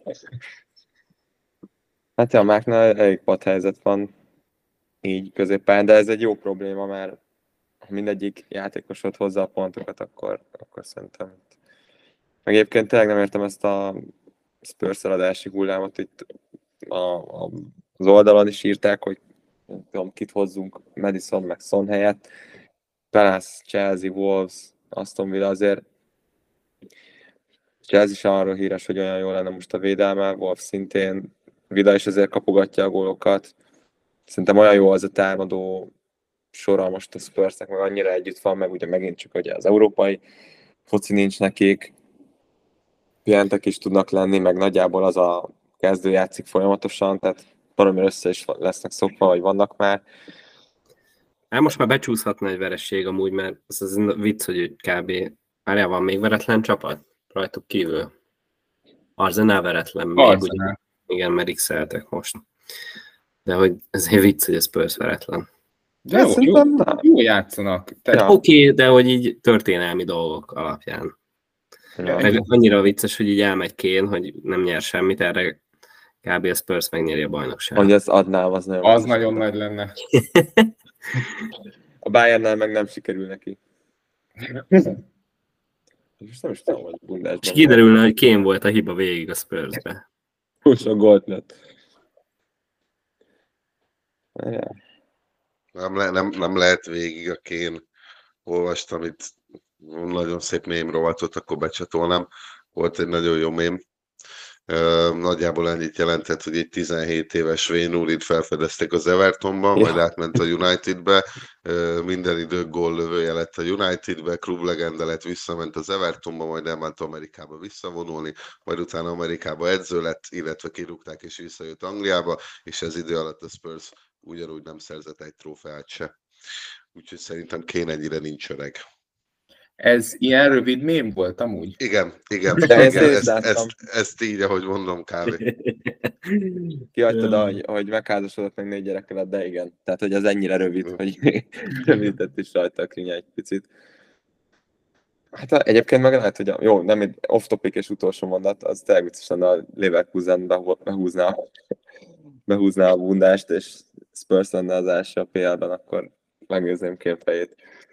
Hát ja, Máknál elég padhelyzet van így középpályán, de ez egy jó probléma, mert ha mindegyik játékosod hozza a pontokat, akkor, akkor szerintem... Meg egyébként tényleg nem értem ezt a Spurs eladási hullámot, itt a, a, az oldalon is írták, hogy nem tudom, kit hozzunk Madison meg Son helyett. Palace, Chelsea, Wolves, Aston Villa azért Chelsea is arról híres, hogy olyan jó lenne most a védelme, Wolf szintén, Villa is azért kapogatja a gólokat. Szerintem olyan jó az a támadó sora most a Spursnek, meg annyira együtt van, meg ugye megint csak ugye az európai foci nincs nekik, pihentek is tudnak lenni, meg nagyjából az a kezdő játszik folyamatosan, tehát valami össze is lesznek szokva, vagy vannak már. Hát most már becsúszhatna egy vereség amúgy, mert az, az vicc, hogy kb. Már van még veretlen csapat rajtuk kívül. Arsenal veretlen még, Arsenal. ugye, igen, mert x-eltek most. De hogy ezért vicc, hogy a Spurs veretlen. De jó, jó, jó játszanak. Tehát ja. Oké, okay, de hogy így történelmi dolgok alapján. Ja. Meg annyira vicces, hogy így elmegy Kane, hogy nem nyer semmit, erre kb. A Spurs megnyeri a bajnokságot. Hogy ezt adnám, az nagyon, az nagyon nagy lenne. A Bayernnel meg nem sikerül neki. Most nem is tudom, hogy bundásban. És kiderülne, hogy Kane volt a hiba végig a Spursbe. Túl sok gólt lett. Ja. Nem, le, nem, nem lehet végig a Kane. Olvastam itt nagyon szép mém rovatot, akkor becsatolnám. Volt egy nagyon jó mém. Uh, nagyjából ennyit jelentett, hogy egy tizenhét éves Wayne Rooney-t felfedezték az Evertonban, ja. Majd átment a Unitedbe, uh, minden idő góllövője lett a Unitedbe, klublegenda lett, visszament az Evertonba, majd elment Amerikába visszavonulni, majd utána Amerikába edző lett, illetve kirúgták és visszajött Angliába, és ez idő alatt a Spurs ugyanúgy nem szerzett egy trófeát se. Úgyhogy szerintem Kane ennyire nincs öreg. Ez ilyen rövid mém volt amúgy? Igen, igen. De igen ezt, ezt, ezt, ezt így, ahogy mondom, kb. Kihagytad, hogy, hogy megházasodott meg négy gyerekkel, de igen. Tehát, hogy az ennyire rövid, hogy rövidített is rajta a krinya egy picit. Hát egyébként meg lehet, hogy a, jó, nem egy off-topic és utolsó mondat, az tényleg vicces lenne, a Leverkusen behúzná, behúzná a bundást, és Spurs lenne az első a pé el-ben, akkor megnézném képfejét.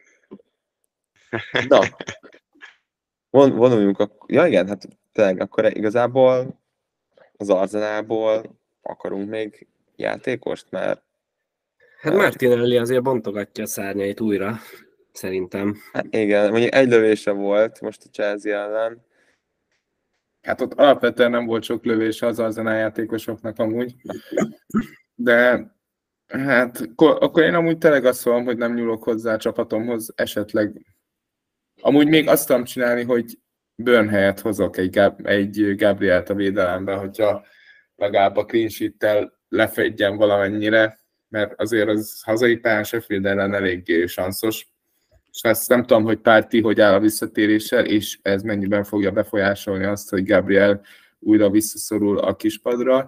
Na, von, vonuljunk a... Ja igen, hát tényleg akkor igazából az Arsenalból akarunk még játékost, mert... Hát Martinelli azért bontogatja a szárnyait újra, szerintem. Hát igen, mondjuk egy lövése volt most a Chelsea ellen. Hát ott alapvetően nem volt sok lövése az Arsenal játékosoknak amúgy. De hát akkor én amúgy tényleg azt mondom, hogy nem nyúlok hozzá a csapatomhoz, esetleg amúgy még azt tudom csinálni, hogy Burn helyett hozok egy, Gab- egy Gabrielt a védelembe, hogyha legalább a clean sheet-tel lefedjen valamennyire, mert azért az hazai pályán Sheffield ellen eléggé sanszos. És ezt nem tudom, hogy Párti hogy áll a visszatéréssel, és ez mennyiben fogja befolyásolni azt, hogy Gabriel újra visszaszorul a kispadra,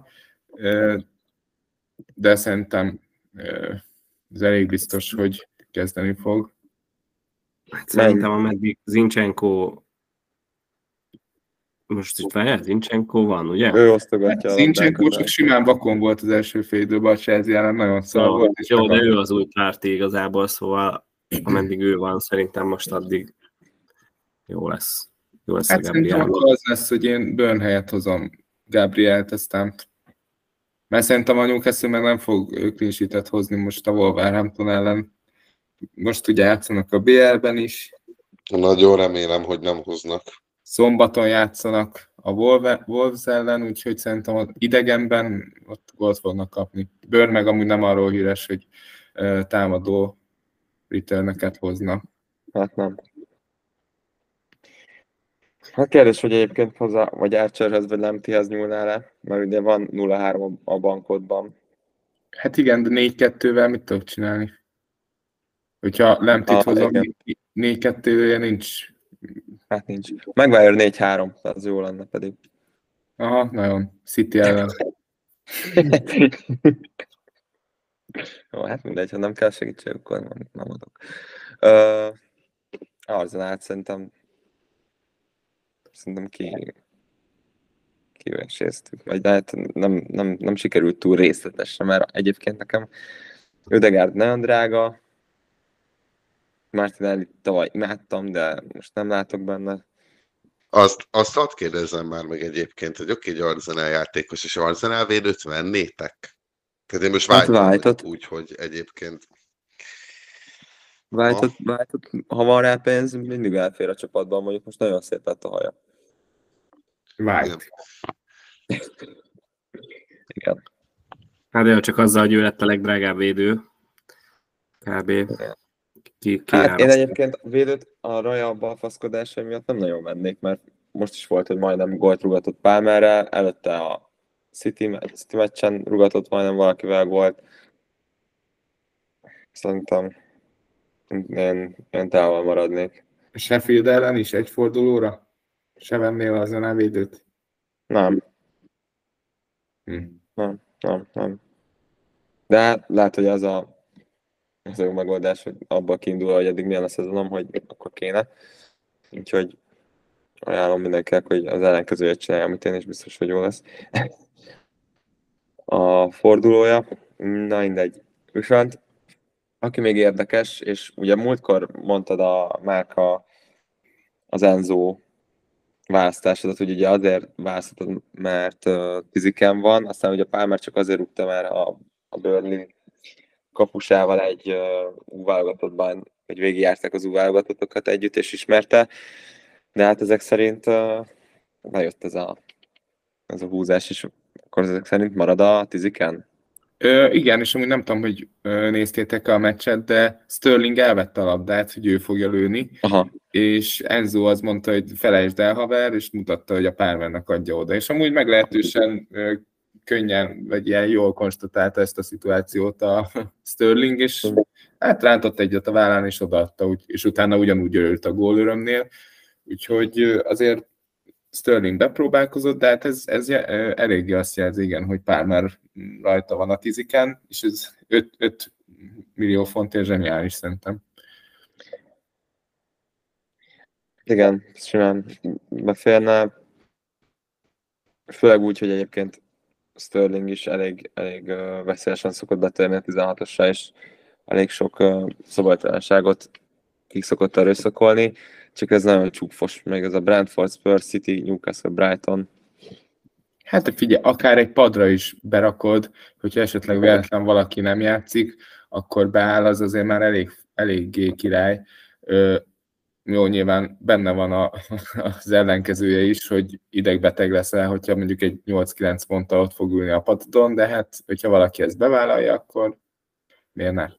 de szerintem ez elég biztos, hogy kezdeni fog. Hát szerintem ameddig Zinchenko most itt várjál, Zinchenko van, ugye? Ő osztogatja. Hát, Zinchenko csak simán vakon volt az első fél időben, a Chelsea ellen nagyon szar volt. És jó, de ő az új Párti igazából, szóval ameddig ő van, szerintem most addig jó lesz. Jó lesz hát a Gabriel. szerintem akkor az lesz, hogy én Burn helyett hozom Gabrielt, aztán mert szerintem a Newcastle meg nem fog clean sheetet hozni most a Wolverhampton ellen. Most ugye játszanak a bé el-ben is. Nagyon remélem, hogy nem hoznak. Szombaton játszanak a Wolves ellen, úgyhogy szerintem az idegenben ott gólt fognak kapni. Burn meg amúgy nem arról híres, hogy uh, támadó returneket hozna. Hát nem. Hát kérdés, hogy egyébként hozzá, vagy Archerhez, vagy Lemtihez nyúlnál le, mert ugye van nulla három a bankodban. Hát igen, de négy kettővel mit tudok csinálni? Hogyha Lemtit ah, hozom, négy kettője nincs. Hát nincs. Maguire négy három, az jó lenne pedig. Aha, nagyon. City ellen. Jó, hát mindegy, ha nem kell segítség, akkor nem, nem adok. Uh, Arzenát szerintem szerintem ki kiveséztük, vagy hát nem, nem, nem sikerült túl részletesre, mert egyébként nekem Ödegaard nagyon drága, Martinelli tavaly imádtam, de most nem látok benne. Azt, azt hadd kérdezzem már meg egyébként, hogy oké, egy Arsenal játékos, és Arsenal védőt vennétek? Tehát én most Hát vágytam váltott. úgy, hogy egyébként Váltott, váltott, ha van rá pénz, mindig elfér a csapatban, mondjuk most nagyon szép lett a haja. White. Igen. Hát de csak azzal, hogy ő lett a legdrágább védő. Kb. Ki, ki Hát én egyébként a védőt a Raja balfaszkodása miatt nem nagyon mennék, mert most is volt, hogy majdnem gólt rugatott Palmerrel, előtte a City, City meccsen rugatott majdnem valakivel gólt. Szerintem én, én távol maradnék. A Sheffield ellen is egy fordulóra? Se vennél azon a védőt? Nem, Hm. nem, nem, nem. De hát lehet, hogy az a, az a jó megoldás, hogy abból kiindul, hogy eddig milyen a szezonom, hogy akkor kéne. Úgyhogy ajánlom mindenkinek, hogy az ellenkezőjét csinálja, amit én is biztos, hogy jó lesz. A fordulója, na mindegy. Viszont, aki még érdekes, és ugye múltkor mondtad a Márka az Enzo választásodat, hogy ugye azért választotod, mert uh, Tiziken van, aztán ugye Palmer csak azért rúgta, mert a, a Burnley kapusával egy uh, U-válogatottban, hogy végigjárták az U-válogatottokat együtt, és ismerte, de hát ezek szerint uh, lejött ez a, ez a húzás, és akkor ezek szerint marad a Tiziken? Ö, igen, és amúgy nem tudom, hogy ö, néztétek a meccset, de Sterling elvette a labdát, hogy ő fogja lőni, Aha. és Enzo az mondta, hogy felejtsd el, haver, és mutatta, hogy a Palmernek adja oda. És amúgy meglehetősen ö, könnyen, vagy ilyen jól konstatálta ezt a szituációt a Sterling, és hát rántott egyet a vállán, és odaadta, úgy, és utána ugyanúgy örült a gólörömnél. Úgyhogy ö, azért Sterling bepróbálkozott, de hát ez, ez eléggé azt jelzi, igen, hogy Palmer rajta van a Tiziken, és ez öt millió fontért zseniális szerintem. Igen, simán beférne. Főleg úgy, hogy egyébként Sterling is elég, elég uh, veszélyesen szokott betörni a tizenhatosra, és elég sok uh, szabálytalanságot ki szokott erőszakolni, csak ez nagyon csúfos, meg ez a Brentford, Spurs, City, Newcastle, Brighton. Hát figyelj, akár egy padra is berakod, hogyha esetleg véletlen valaki nem játszik, akkor beáll, az azért már elég, eléggé király. Ö, jó, nyilván benne van a, az ellenkezője is, hogy idegbeteg leszel, hogyha mondjuk egy nyolc-kilenc ponttal ott fog ülni a padon, de hát, hogyha valaki ezt bevállalja, akkor miért ne?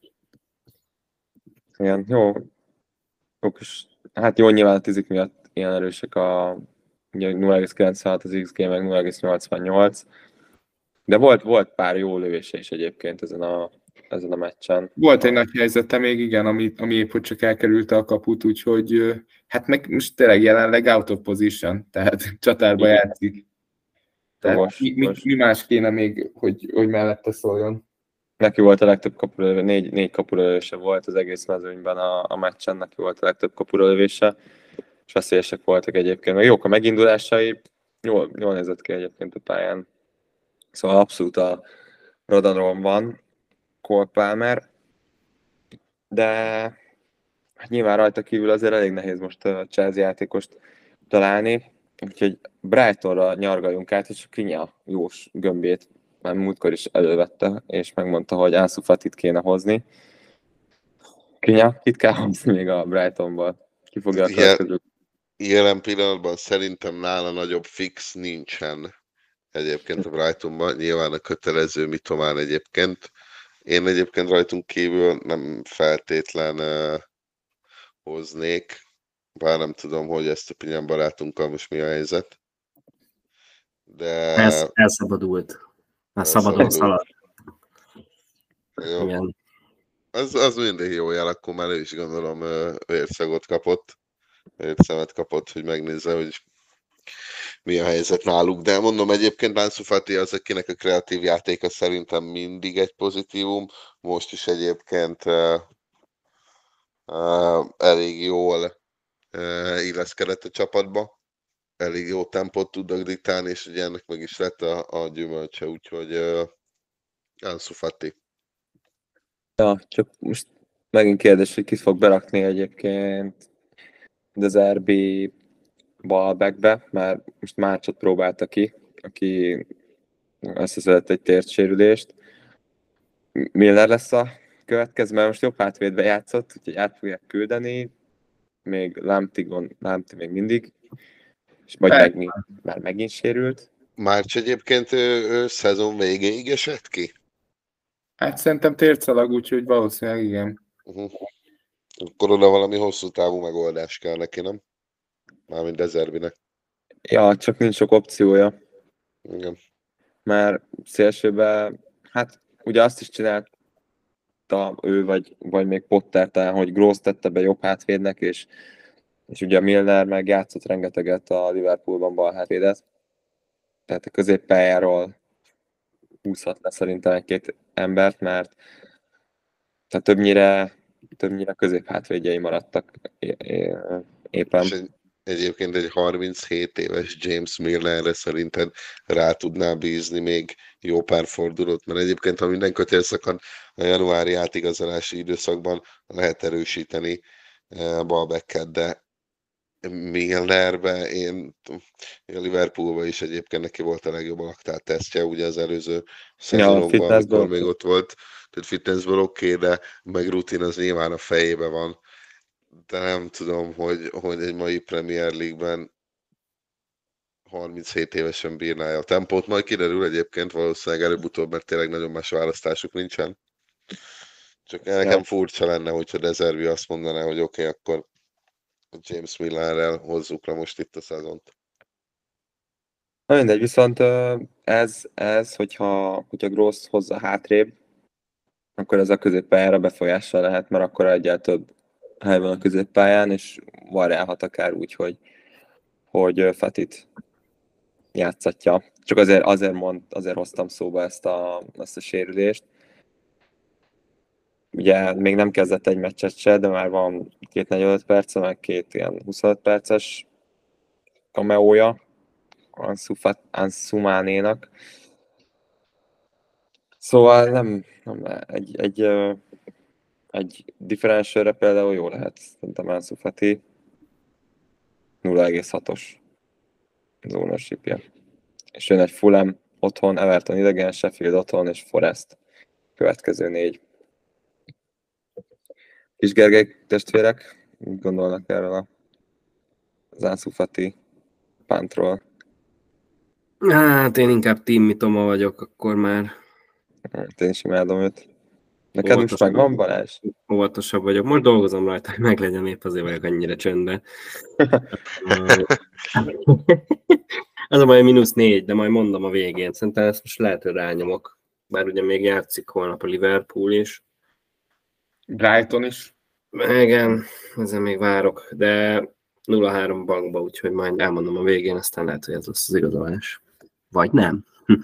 Igen, jó. jó kis, hát jó, nyilván a tizik miatt ilyen erősek a ugye nulla egész kilencvenhat az iksz gé, meg nulla egész nyolcvannyolc, de volt, volt pár jó lövése is egyébként ezen a, ezen a meccsen. Volt egy nagy helyzete még, igen, ami, ami épp hogy csak elkerülte a kaput, úgyhogy hát meg most tényleg jelenleg out of position, tehát csatárba Igen. játszik. Tehát Most, mi, mi, most. mi más kéne még, hogy, hogy mellette szóljon? Neki volt a legtöbb kapuralövése, négy, négy kapuralövése volt az egész mezőnyben a, a meccsen, neki volt a legtöbb kapuralövése, és veszélyesek voltak egyébként. Meg jók a megindulásai, jól, jól nézett ki egyébként a pályán. Szóval abszolút a Rodanon van Cole Palmer, de hát nyilván rajta kívül azért elég nehéz most a Chelsea játékost találni, úgyhogy Brightonra nyargaljunk át, és Krinya jós gömbét már múltkor is elővette, és megmondta, hogy Ansu Fatit kéne hozni. Krinya, kit kell hozni még a Brightonból? Ki fogja a következő? Jelen pillanatban szerintem nála nagyobb fix nincsen egyébként a Brightonban. Nyilván a kötelező Mitomán egyébként. Én egyébként rajtunk kívül nem feltétlen uh, hoznék, bár nem tudom, hogy ezt a Pinyán barátunkkal most mi a helyzet. De... Ez elszabadult. Már szabadon szalad. Jó. Igen. Az, az mindig jó jel, akkor már ő is gondolom vérszagot kapott, vérszemet kapott, hogy megnézze, hogy mi a helyzet náluk. De mondom, egyébként Ansu Fati az, akinek a kreatív játéka szerintem mindig egy pozitívum. Most is egyébként uh, uh, elég jól uh, illeszkedett a csapatba. Elég jó tempót tudnak diktálni, és ugye ennek meg is lett a, a gyümölcse, úgyhogy uh, Ansu Fati. Ja, csak most megint kérdés, hogy kit fog berakni egyébként az er bé balbackbe, mert most Márcsot próbálta ki, aki összeszedett egy térdsérülést. Milner lesz a következő, mert most jobb hátvédbe játszott, úgyhogy át fogják küldeni, még Lamptigon, Lampti még mindig, és majd meg, már megint sérült. Márcs egyébként ő, ő szezon végéig esett ki? Hát szerintem tércalag, úgyhogy valószínűleg igen. Uh-huh. Akkor oda valami hosszú távú megoldás kell neki, nem? Mármint Dezervinek. Ja, csak nincs sok opciója. Igen. Mert szélsőben, hát ugye azt is csinálta ő, vagy, vagy még Potter talán, hogy Gross tette be jobb hátvédnek, és, és ugye Milner meg játszott rengeteget a Liverpoolban bal hátvédet. Tehát a középpályáról húzhat le szerintem egy-két embert, mert tehát többnyire, többnyire középhátvédjei maradtak éppen. És egy, egyébként egy harminchét éves James Milnerre szerinted rá tudná bízni még jó pár fordulót, mert egyébként, ha minden kötél szakad a januári átigazolási időszakban lehet erősíteni a balbacket, de Milnerbe, én a Liverpoolban is egyébként neki volt a legjobb alaktát tesztje, ugye az előző szezonokban, ja, amikor még ott volt, tehát fitnessből oké, okay, de meg rutin az nyilván a fejébe van, de nem tudom, hogy, hogy egy mai Premier League-ben harminchét évesen bírná a tempót, majd kiderül egyébként valószínűleg előbb-utóbb, mert tényleg nagyon más választásuk nincsen. Csak nekem ja. furcsa lenne, hogyha De Zerbi azt mondaná, hogy oké, okay, akkor James Millerrel hozzuk le most itt a szezont. Na mindegy, viszont ez, ez hogyha, hogyha Gross hozza hátrébb, akkor ez a középpályára befolyással lehet, mert akkor egyel több hely van a középpályán, és variálhat akár úgy, hogy, hogy Fatit játszatja. Csak azért, azért, mond, azért hoztam szóba ezt a, ezt a sérülést. Ugye még nem kezdett egy meccset se, de már van két negyvenöt perce, meg két ilyen huszonöt perces cameója Ansu Mánénak. Szóval nem, nem egy, egy, egy differentialre például jó lehet, szerintem Ansu Fati nulla egész hatos az ownership-je. És jön egy Fulham otthon, Everton idegen, Sheffield otthon és Forest következő négy. Kis Gergely testvérek, mit gondolnak erről az Ansu Fati pántról? Hát én inkább Team Mitoma vagyok, akkor már. Hát én is imádom őt. Neked most meg van, Balázs? Óvatosabb vagyok. Most dolgozom rajta, hogy meglegyen, épp azért vagyok annyira csöndben. Az a majd mínusz négy, de majd mondom a végén. Szerintem ezt most lehet, hogy rányomok. Bár ugye még játszik holnap a Liverpool is. Brighton is. Igen, ezen még várok, de nulla három bankba, úgyhogy majd elmondom a végén, aztán lehet, hogy ez lesz az igazolás. Vagy nem.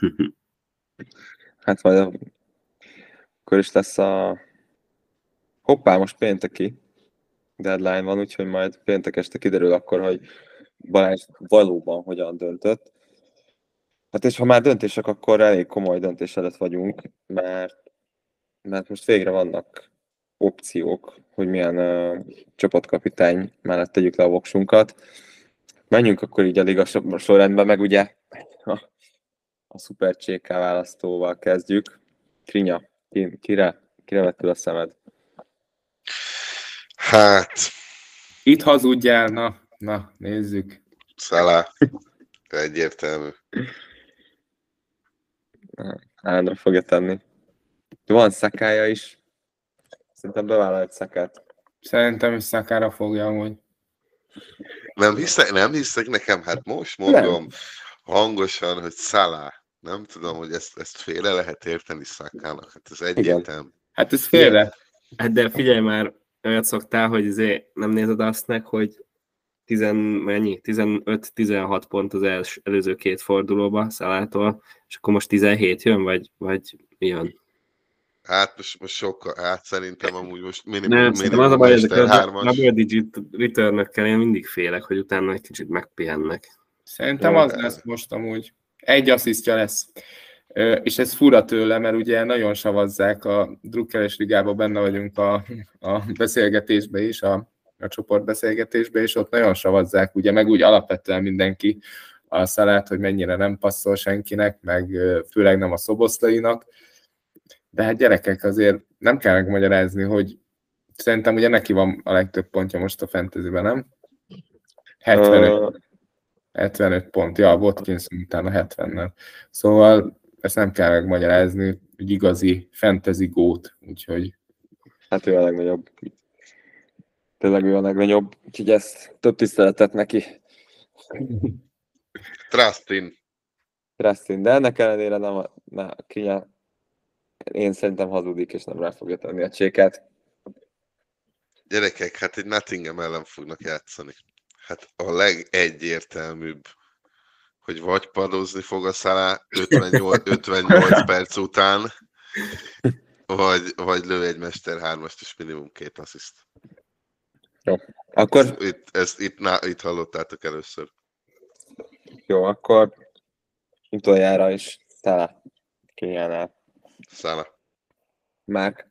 Hát majd akkor is lesz a... Hoppá, most pénteki deadline van, úgyhogy majd péntek este kiderül akkor, hogy Balázs valóban hogyan döntött. Hát és ha már döntések, akkor elég komoly döntés előtt vagyunk, mert, mert most végre vannak opciók, hogy milyen uh, csapatkapitány mellett tegyük le a voksunkat. Menjünk akkor így a liga sorrendben, meg ugye a, a Super cé ká választóval kezdjük. Krinya, ki, kire, kire vettél a szemed? Hát... Itt hazudjál, na, na, nézzük. Salah. Egyértelmű. Állandra fogja tenni. Van Szakája is. Szerintem bevállal egy Szakát. Szerintem is Szakára fogja amúgy. Nem hiszek, nem hiszek nekem, hát most mondom nem. hangosan, hogy Salah. Nem tudom, hogy ezt, ezt félre lehet érteni Szakának. Hát ez egyértelmű. Hát ez félre. Hát de figyelj már, olyat szoktál, hogy azért nem nézed azt meg, hogy tizen, mennyi? tizenöt-tizenhat pont az els, előző két fordulóba Salától, és akkor most tizenhét jön, vagy, vagy jön? Hát most, most sokkal, hát szerintem amúgy most minimum, nem, minimum szerintem az a baj, hogy ezek a hármas. double digit return-ökkel én mindig félek, hogy utána egy kicsit megpihennek. Szerintem az lesz most amúgy. Egy asszisztja lesz. És ez fura tőle, mert ugye nagyon savazzák, a drukkeres ligában benne vagyunk a, a beszélgetésbe is, a, a csoportbeszélgetésbe, és ott nagyon savazzák, ugye meg úgy alapvetően mindenki a Salát, hogy mennyire nem passzol senkinek, meg főleg nem a Szoboszlainak. De hát gyerekek, azért nem kell megmagyarázni, hogy szerintem ugye neki van a legtöbb pontja most a fantasyben, nem? hetvenöt, Ö, hetvenöt pont, ja, Watkins utána hetvennel. Szóval ezt nem kell megmagyarázni, hogy igazi fantasy gót, úgyhogy hát ő a legnagyobb. Tényleg ő a legnagyobb, úgyhogy ezt több tiszteletet neki. Trustin. Restin, de ennek ellenére nem a, ne, Krinyán, én szerintem hazudik, és nem rá fogja tenni a cséket. Gyerekek, hát egy Nottingham ellen fognak játszani. Hát a legegyértelműbb, hogy vagy padozni fog a Salah ötvennyolc, ötvennyolc perc után, vagy, vagy lő egy Mester hármast és minimum két assziszt. Akkor, Ezt, itt, ezt itt, na, itt hallottátok először. jó, akkor utoljára is Salah Krinyánál. Salah. Márk.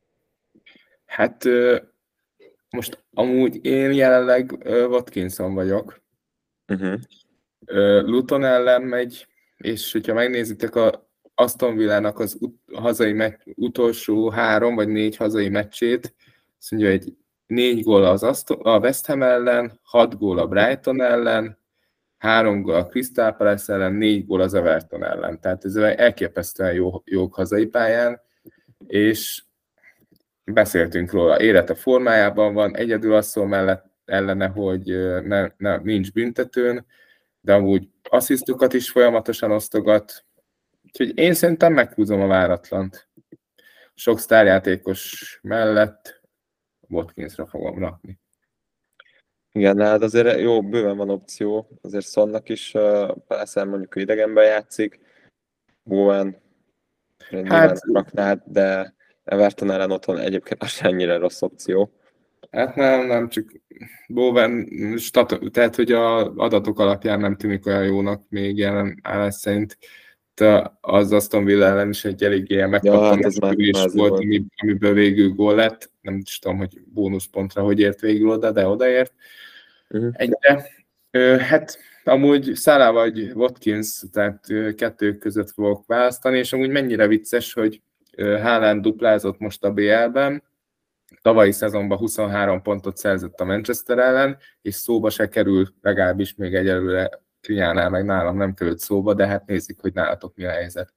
hát ö, most amúgy én jelenleg ö, Watkinson vagyok. Uh-huh. Ö, Luton ellen megy, és hogyha megnézitek a Aston Villának az ut- hazai meccs, utolsó három vagy négy hazai meccsét, azt mondja, hogy négy gól az Aston, a West Ham ellen, hat gól a Brighton ellen, három gól a Crystal Palace ellen, négy gól az Everton ellen. Tehát ez elképesztően jó, jók hazai pályán, és beszéltünk róla, élete formájában van, egyedül azt szól mellett ellene, hogy ne, ne, nincs büntetőn, de amúgy asszisztokat is folyamatosan osztogat, úgyhogy én szerintem meghúzom a váratlant. Sok sztárjátékos mellett Watkinsra fogom rakni. Igen, hát azért jó, bőven van opció, azért Sonnak is uh, persze mondjuk ő idegenben játszik, Bowen nyilván Hát, raknád, de Everton ellen otthon egyébként az sem ennyire rossz opció. hát nem, nem, csak Bowen, statu- tehát hogy az adatok alapján nem tűnik olyan jónak még jelen állás szerint. De az Aston Villa ellen is egy eléggé ilyen megkaptam, az már- is már volt, volt. ami, amiből végül gól lett. Nem is tudom, hogy bónuszpontra hogy ért végül oda, de odaért. Uh-huh. Egyre. Ö, hát amúgy Salah vagy Watkins, tehát ö, kettő között fogok választani, és amúgy mennyire vicces, hogy ö, Haaland duplázott most a bé el-ben, tavalyi szezonban huszonhárom pontot szerzett a Manchester ellen, és szóba se kerül, legalábbis még egyelőre Krinyánál, meg nálam nem került szóba, de hát nézzük, hogy nálatok mi a helyzet.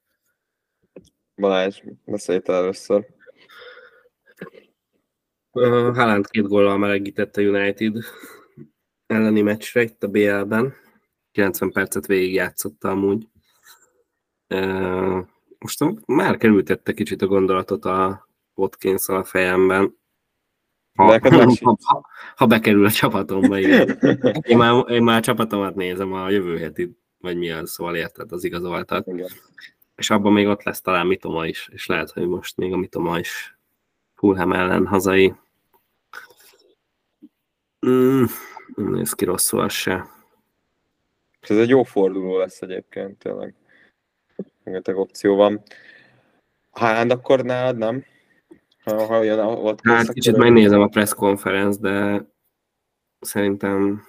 Balázs, beszélj te először. Uh, Haaland két góllal melegített a United elleni meccsre itt a bé el-ben. kilencven percet végigjátszotta amúgy. Uh, most már kerültette kicsit a gondolatot a Watkins a fejemben. Ha, ha, ha bekerül a csapatomba, igen. Én már, én már a csapatomat nézem, a jövő heti, vagy mi az, szóval érted, az igazoltat. Igen. És abban még ott lesz talán Mitoma is, és lehet, hogy most még a Mitoma is Fulham ellen hazai. Mm, nem néz ki rosszul az se. Ez egy jó forduló lesz egyébként, tényleg. Rengeteg opció van. Haaland akkor nálad, nem? Ha, ha jön a Watkins, Hát akkor kicsit ő- megnézem a press conference, de szerintem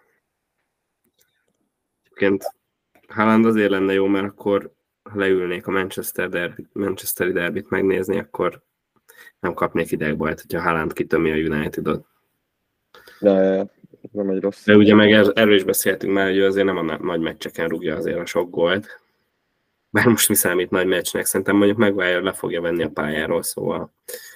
egyébként Haaland azért lenne jó, mert akkor ha leülnék a Manchester derby, Manchesteri derbit megnézni, akkor nem kapnék idegbajt, hogyha Haaland kitömi a United-ot. De ez nem egy rossz. De ugye meg er- erről is beszéltünk már, hogy ő azért nem a na- nagy meccseken rúgja azért a sok gólt. Bár most mi számít nagy meccsnek, szerintem mondjuk Maguire le fogja venni a pályáról, szóval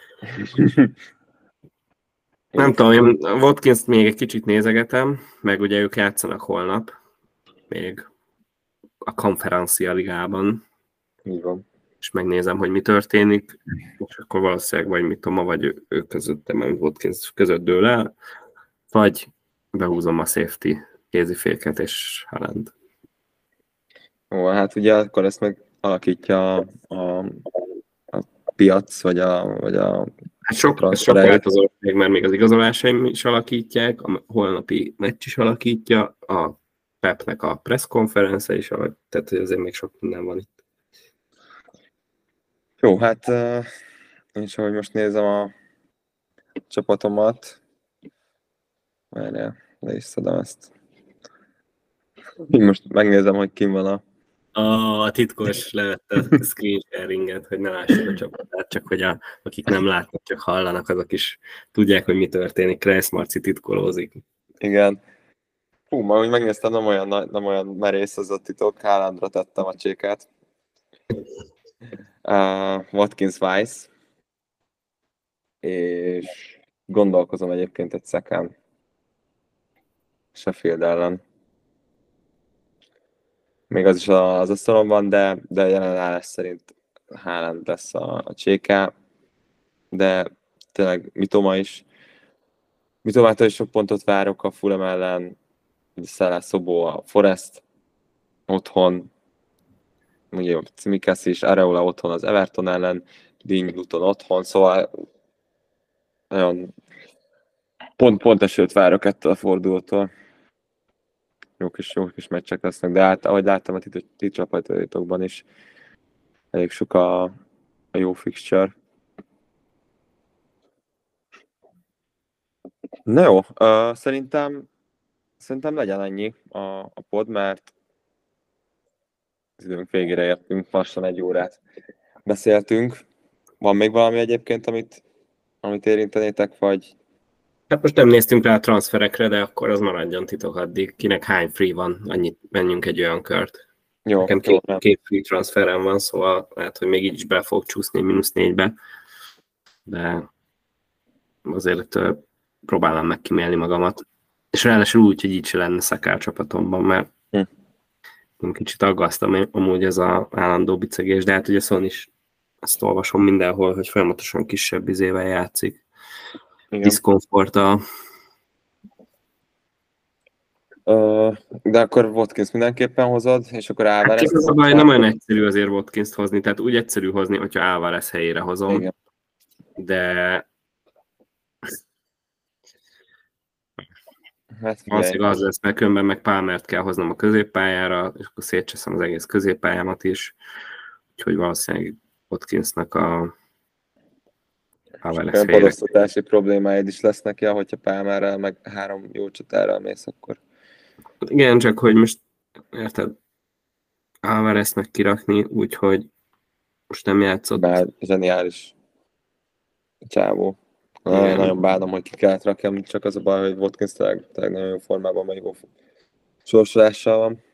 nem tudom, én Watkins-t még egy kicsit nézegetem, meg ugye ők játszanak holnap, még a konferencia ligában, Így van. és megnézem, hogy mi történik, és akkor valószínűleg vagy Mitoma, vagy ő, ő között, mert Watkins között dől el, vagy behúzom a safety kéziféket és Haaland. Ó, hát ugye akkor ezt meg alakítja a, a, a piac, vagy a, vagy a Hát sok, ez sok transferek. változó, még mert még az igazolásaim is alakítják, a holnapi meccs is alakítja, a Pepnek a press conference is alakítja, tehát hogy azért még sok minden van itt. Jó, hát uh, én is, ahogy most nézem a csapatomat, várjál, le is szedem ezt. Én most megnézem, hogy kim van a A titkos levette a screen sharinget, hogy ne lássuk a csapatát, csak hogy a, akik nem látnak, csak hallanak, azok is tudják, hogy mi történik. Kreisz Marci titkolózik. Igen. Hú, ma úgy megnéztem, nem olyan, nagy- nem olyan merész az a titok, Haalandra tettem a csékát. Uh, Watkins Weiss. És gondolkozom egyébként egy szekán. Sheffield ellen. Még az is az asztalon van, de, de jelenállás szerint Haaland lesz a, a cséká. De tényleg Mitoma is. Mitomától is sok pontot várok a Fulham ellen. Salah, Szobó, a Forest otthon. Ugye Tsimikas is, Areola otthon az Everton ellen. Digne, Luton otthon, szóval nagyon pont, pont esőt várok ettől a fordulótól. Jó kis, jó kis meccsek lesznek, de hát ahogy láttam a ti, ti csapatokban is, elég sok a, a jó fixture. Na jó, uh, szerintem szerintem legyen ennyi a, a pod, mert az időnk végére értünk, lassan egy órát beszéltünk. Van még valami egyébként, amit, amit érintenétek, vagy... Hát most nem néztünk rá a transferekre, de akkor az maradjon titok addig. Kinek hány free van, annyit menjünk egy olyan kört. Jó, Nekem jó, két, két free transferem van, szóval lehet, hogy még így is be fog csúszni mínusz négybe. De azért uh, próbálom meg kimélni magamat. És ráadásul úgy, hogy így se lenne Saka csapatomban, mert hm. kicsit aggasztom amúgy ez az állandó bicegés, de hát ugye Son is ezt olvasom mindenhol, hogy folyamatosan kisebb izével játszik. Diszkomforttal. Uh, de akkor Watkins mindenképpen hozod, és akkor Álvarez... Hát az a baj, nem olyan egyszerű azért Watkins-t hozni, tehát úgy egyszerű hozni, hogyha Álvarez helyére hozom, igen. De hát valószínűleg az lesz, mert különben meg Palmert kell hoznom a középpályára, és akkor szétcseszem az egész középpályámat is, úgyhogy valószínűleg Watkinsnak a olyan padosztatási problémáid is lesznek, ja, hogyha Palmerrel meg három jó csatárral mész, akkor... Igen, csak hogy most, érted, Álvarezt meg kirakni, úgyhogy most nem játszott. Bár zseniális csávó. Nagyon, nagyon bánom, hogy ki kellett rakjam, csak az a baj, hogy Watkins tényleg, tényleg nagyon jó formában, meg jó sorsolással van.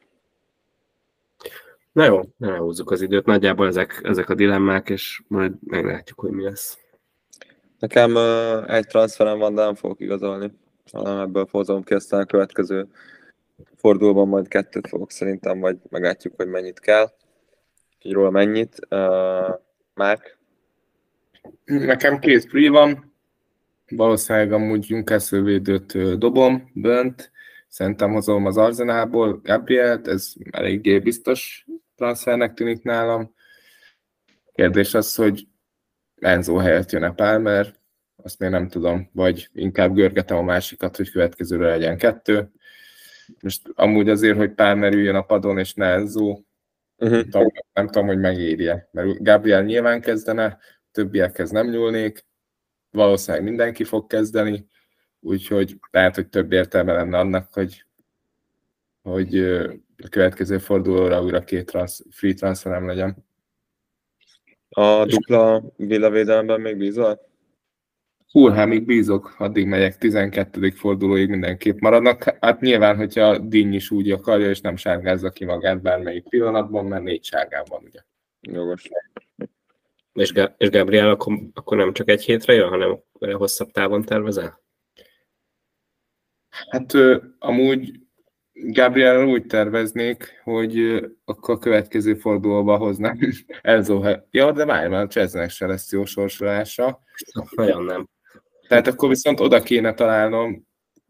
Na jó, ne húzzuk az időt, nagyjából ezek, ezek a dilemmák, és majd meglátjuk, hogy mi lesz. Nekem uh, egy transferem van, de nem fogok igazolni, hanem ebből hozom ki, aztán a következő fordulóban majd kettőt fogok szerintem, vagy meglátjuk, hogy mennyit kell. Úgyhogy róla mennyit. Uh, Márk? Nekem két free van, valószínűleg amúgy Newcastle védőt dobom, bönt, szerintem hozom az Arsenalból Gabrielt, ez eléggé biztos transfernek tűnik nálam. Kérdés az, hogy Enzo helyett jön-e Palmer, azt még nem tudom, vagy inkább görgetem a másikat, hogy következőre legyen kettő. Most amúgy azért, hogy Palmer üljön a padon, és ne Enzo, uh-huh. nem, tudom, nem tudom, hogy megírje. Mert Gabriel nyilván kezdene, többiekhez nem nyúlnék, valószínűleg mindenki fog kezdeni, úgyhogy lehet, hogy több értelme lenne annak, hogy, hogy a következő fordulóra újra két transz, free transferem legyen. A dupla villavédelemben még bízol? Fulhamig bízok, addig megyek, tizenkettedik fordulóig mindenképp maradnak. Hát nyilván, hogyha Digne is úgy akarja, és nem sárgázza ki magát bármelyik pillanatban, mert négy sárgán van, ugye. Jogos. És, Ga- és Gabriel akkor, akkor nem csak egy hétre jön, hanem hosszabb távon tervezel? Hát ö, amúgy Gabriel úgy terveznék, hogy ö, akkor a következő fordulóba hoznám Enzo. Ja, de várj már, a Chesnek se lesz jó sorsolása. Nagyon nem. Tehát akkor viszont oda kéne találnom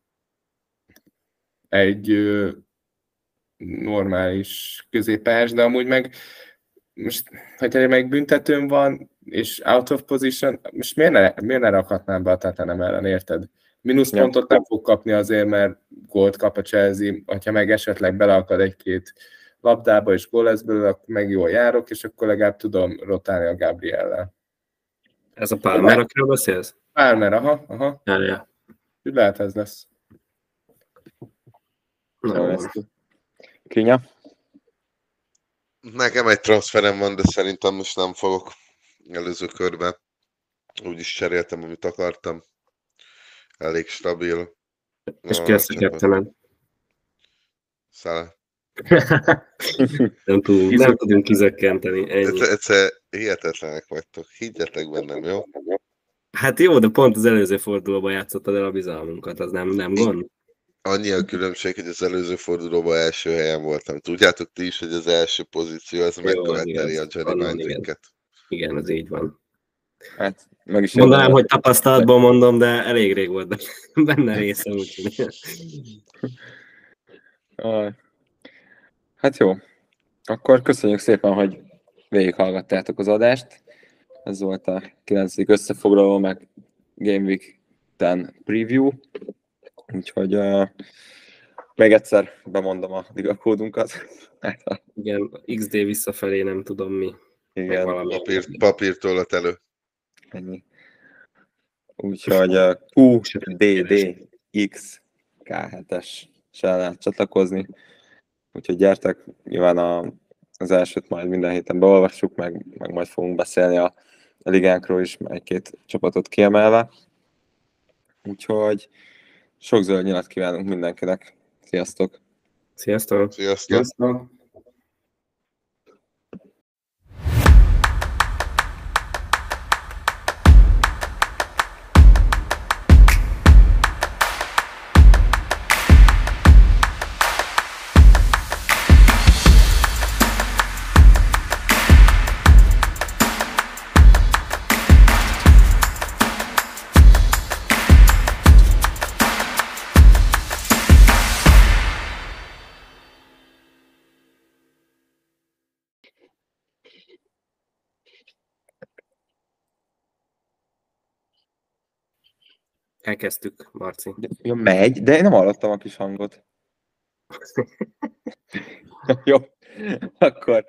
egy ö, normális középpályás, de amúgy meg most, hogyha meg büntetőm van, és out of position, most miért ne, miért ne rakhatnám be a Tottenham ellen, érted? Mínuszpontot nem fog kapni azért, mert gólt kap a Chelsea, hogyha meg esetleg beleakad egy-két labdába, és gól lesz belőle, akkor meg jól járok, és akkor legalább tudom rotálni a Gabriellel. Ez a Palmer, akiről beszélsz? Palmer, aha, aha. Ja, ja. Úgy lehet ez lesz. No. Kinya? Nekem egy transferem van, de szerintem most nem fogok előző körben. Úgyis cseréltem, amit akartam. Elég stabil. És A ki lesz a csapat. captain-ed? Szála. nem, tudunk, nem tudunk kizökkenteni. Ennyi. Egyszer, egyszer hihetetlenek vagytok. Higgyetek bennem, jó? Hát jó, de pont az előző fordulóban játszottad el a bizalmunkat, az nem, nem gond? Annyi a különbség, hogy az előző fordulóban első helyen voltam. Tudjátok ti is, hogy az első pozíció az Jó, megköveteli az a igaz. Jedi Gondolom, Mind-Tricket. Igen, az így van. Hát, meg is Mondanám, érdemes. hogy tapasztalatból mondom, de elég rég volt benne része, úgyhogy... Aj. Hát jó. Akkor köszönjük szépen, hogy végighallgattátok az adást. Ez volt a kilencedik összefoglaló, meg Game Week tíz preview. Úgyhogy uh, még egyszer bemondom a ligakódunkat. Igen, iksz dé visszafelé nem tudom mi. Igen, Papír, papírtollat elő. ennyi. Úgyhogy uh, Q D D X K hetes se lehet csatlakozni. Úgyhogy gyertek, nyilván a, az elsőt majd minden héten beolvassuk, meg, meg majd fogunk beszélni a, a ligánkról is, egy-két csapatot kiemelve. Úgyhogy sok zöld nyilat kívánunk mindenkinek. Sziasztok! Sziasztok! Sziasztok! Sziasztok! Elkezdtük, Marci. Jó, megy, de én nem hallottam a kis hangot. Jó, akkor...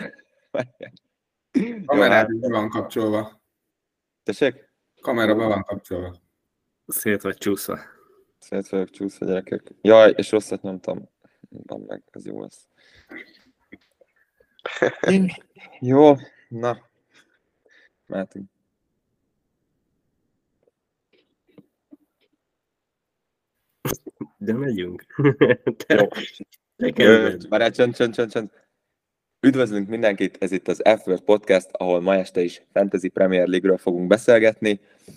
Kamera be van kapcsolva. Tessék? Kamera be van kapcsolva. Szét vagy csúszva. Szét vagyok csúszva, gyerekek. Jaj, és rosszat nyomtam. Van meg, ez jó lesz. Jó, na. Mehetünk. De megyünk. Jó. Te kezded. Várjál, csönd, csönd, csönd, csönd. Üdvözlünk mindenkit, ez itt az F-Word Podcast, ahol ma este is Fantasy Premier League-ről fogunk beszélgetni.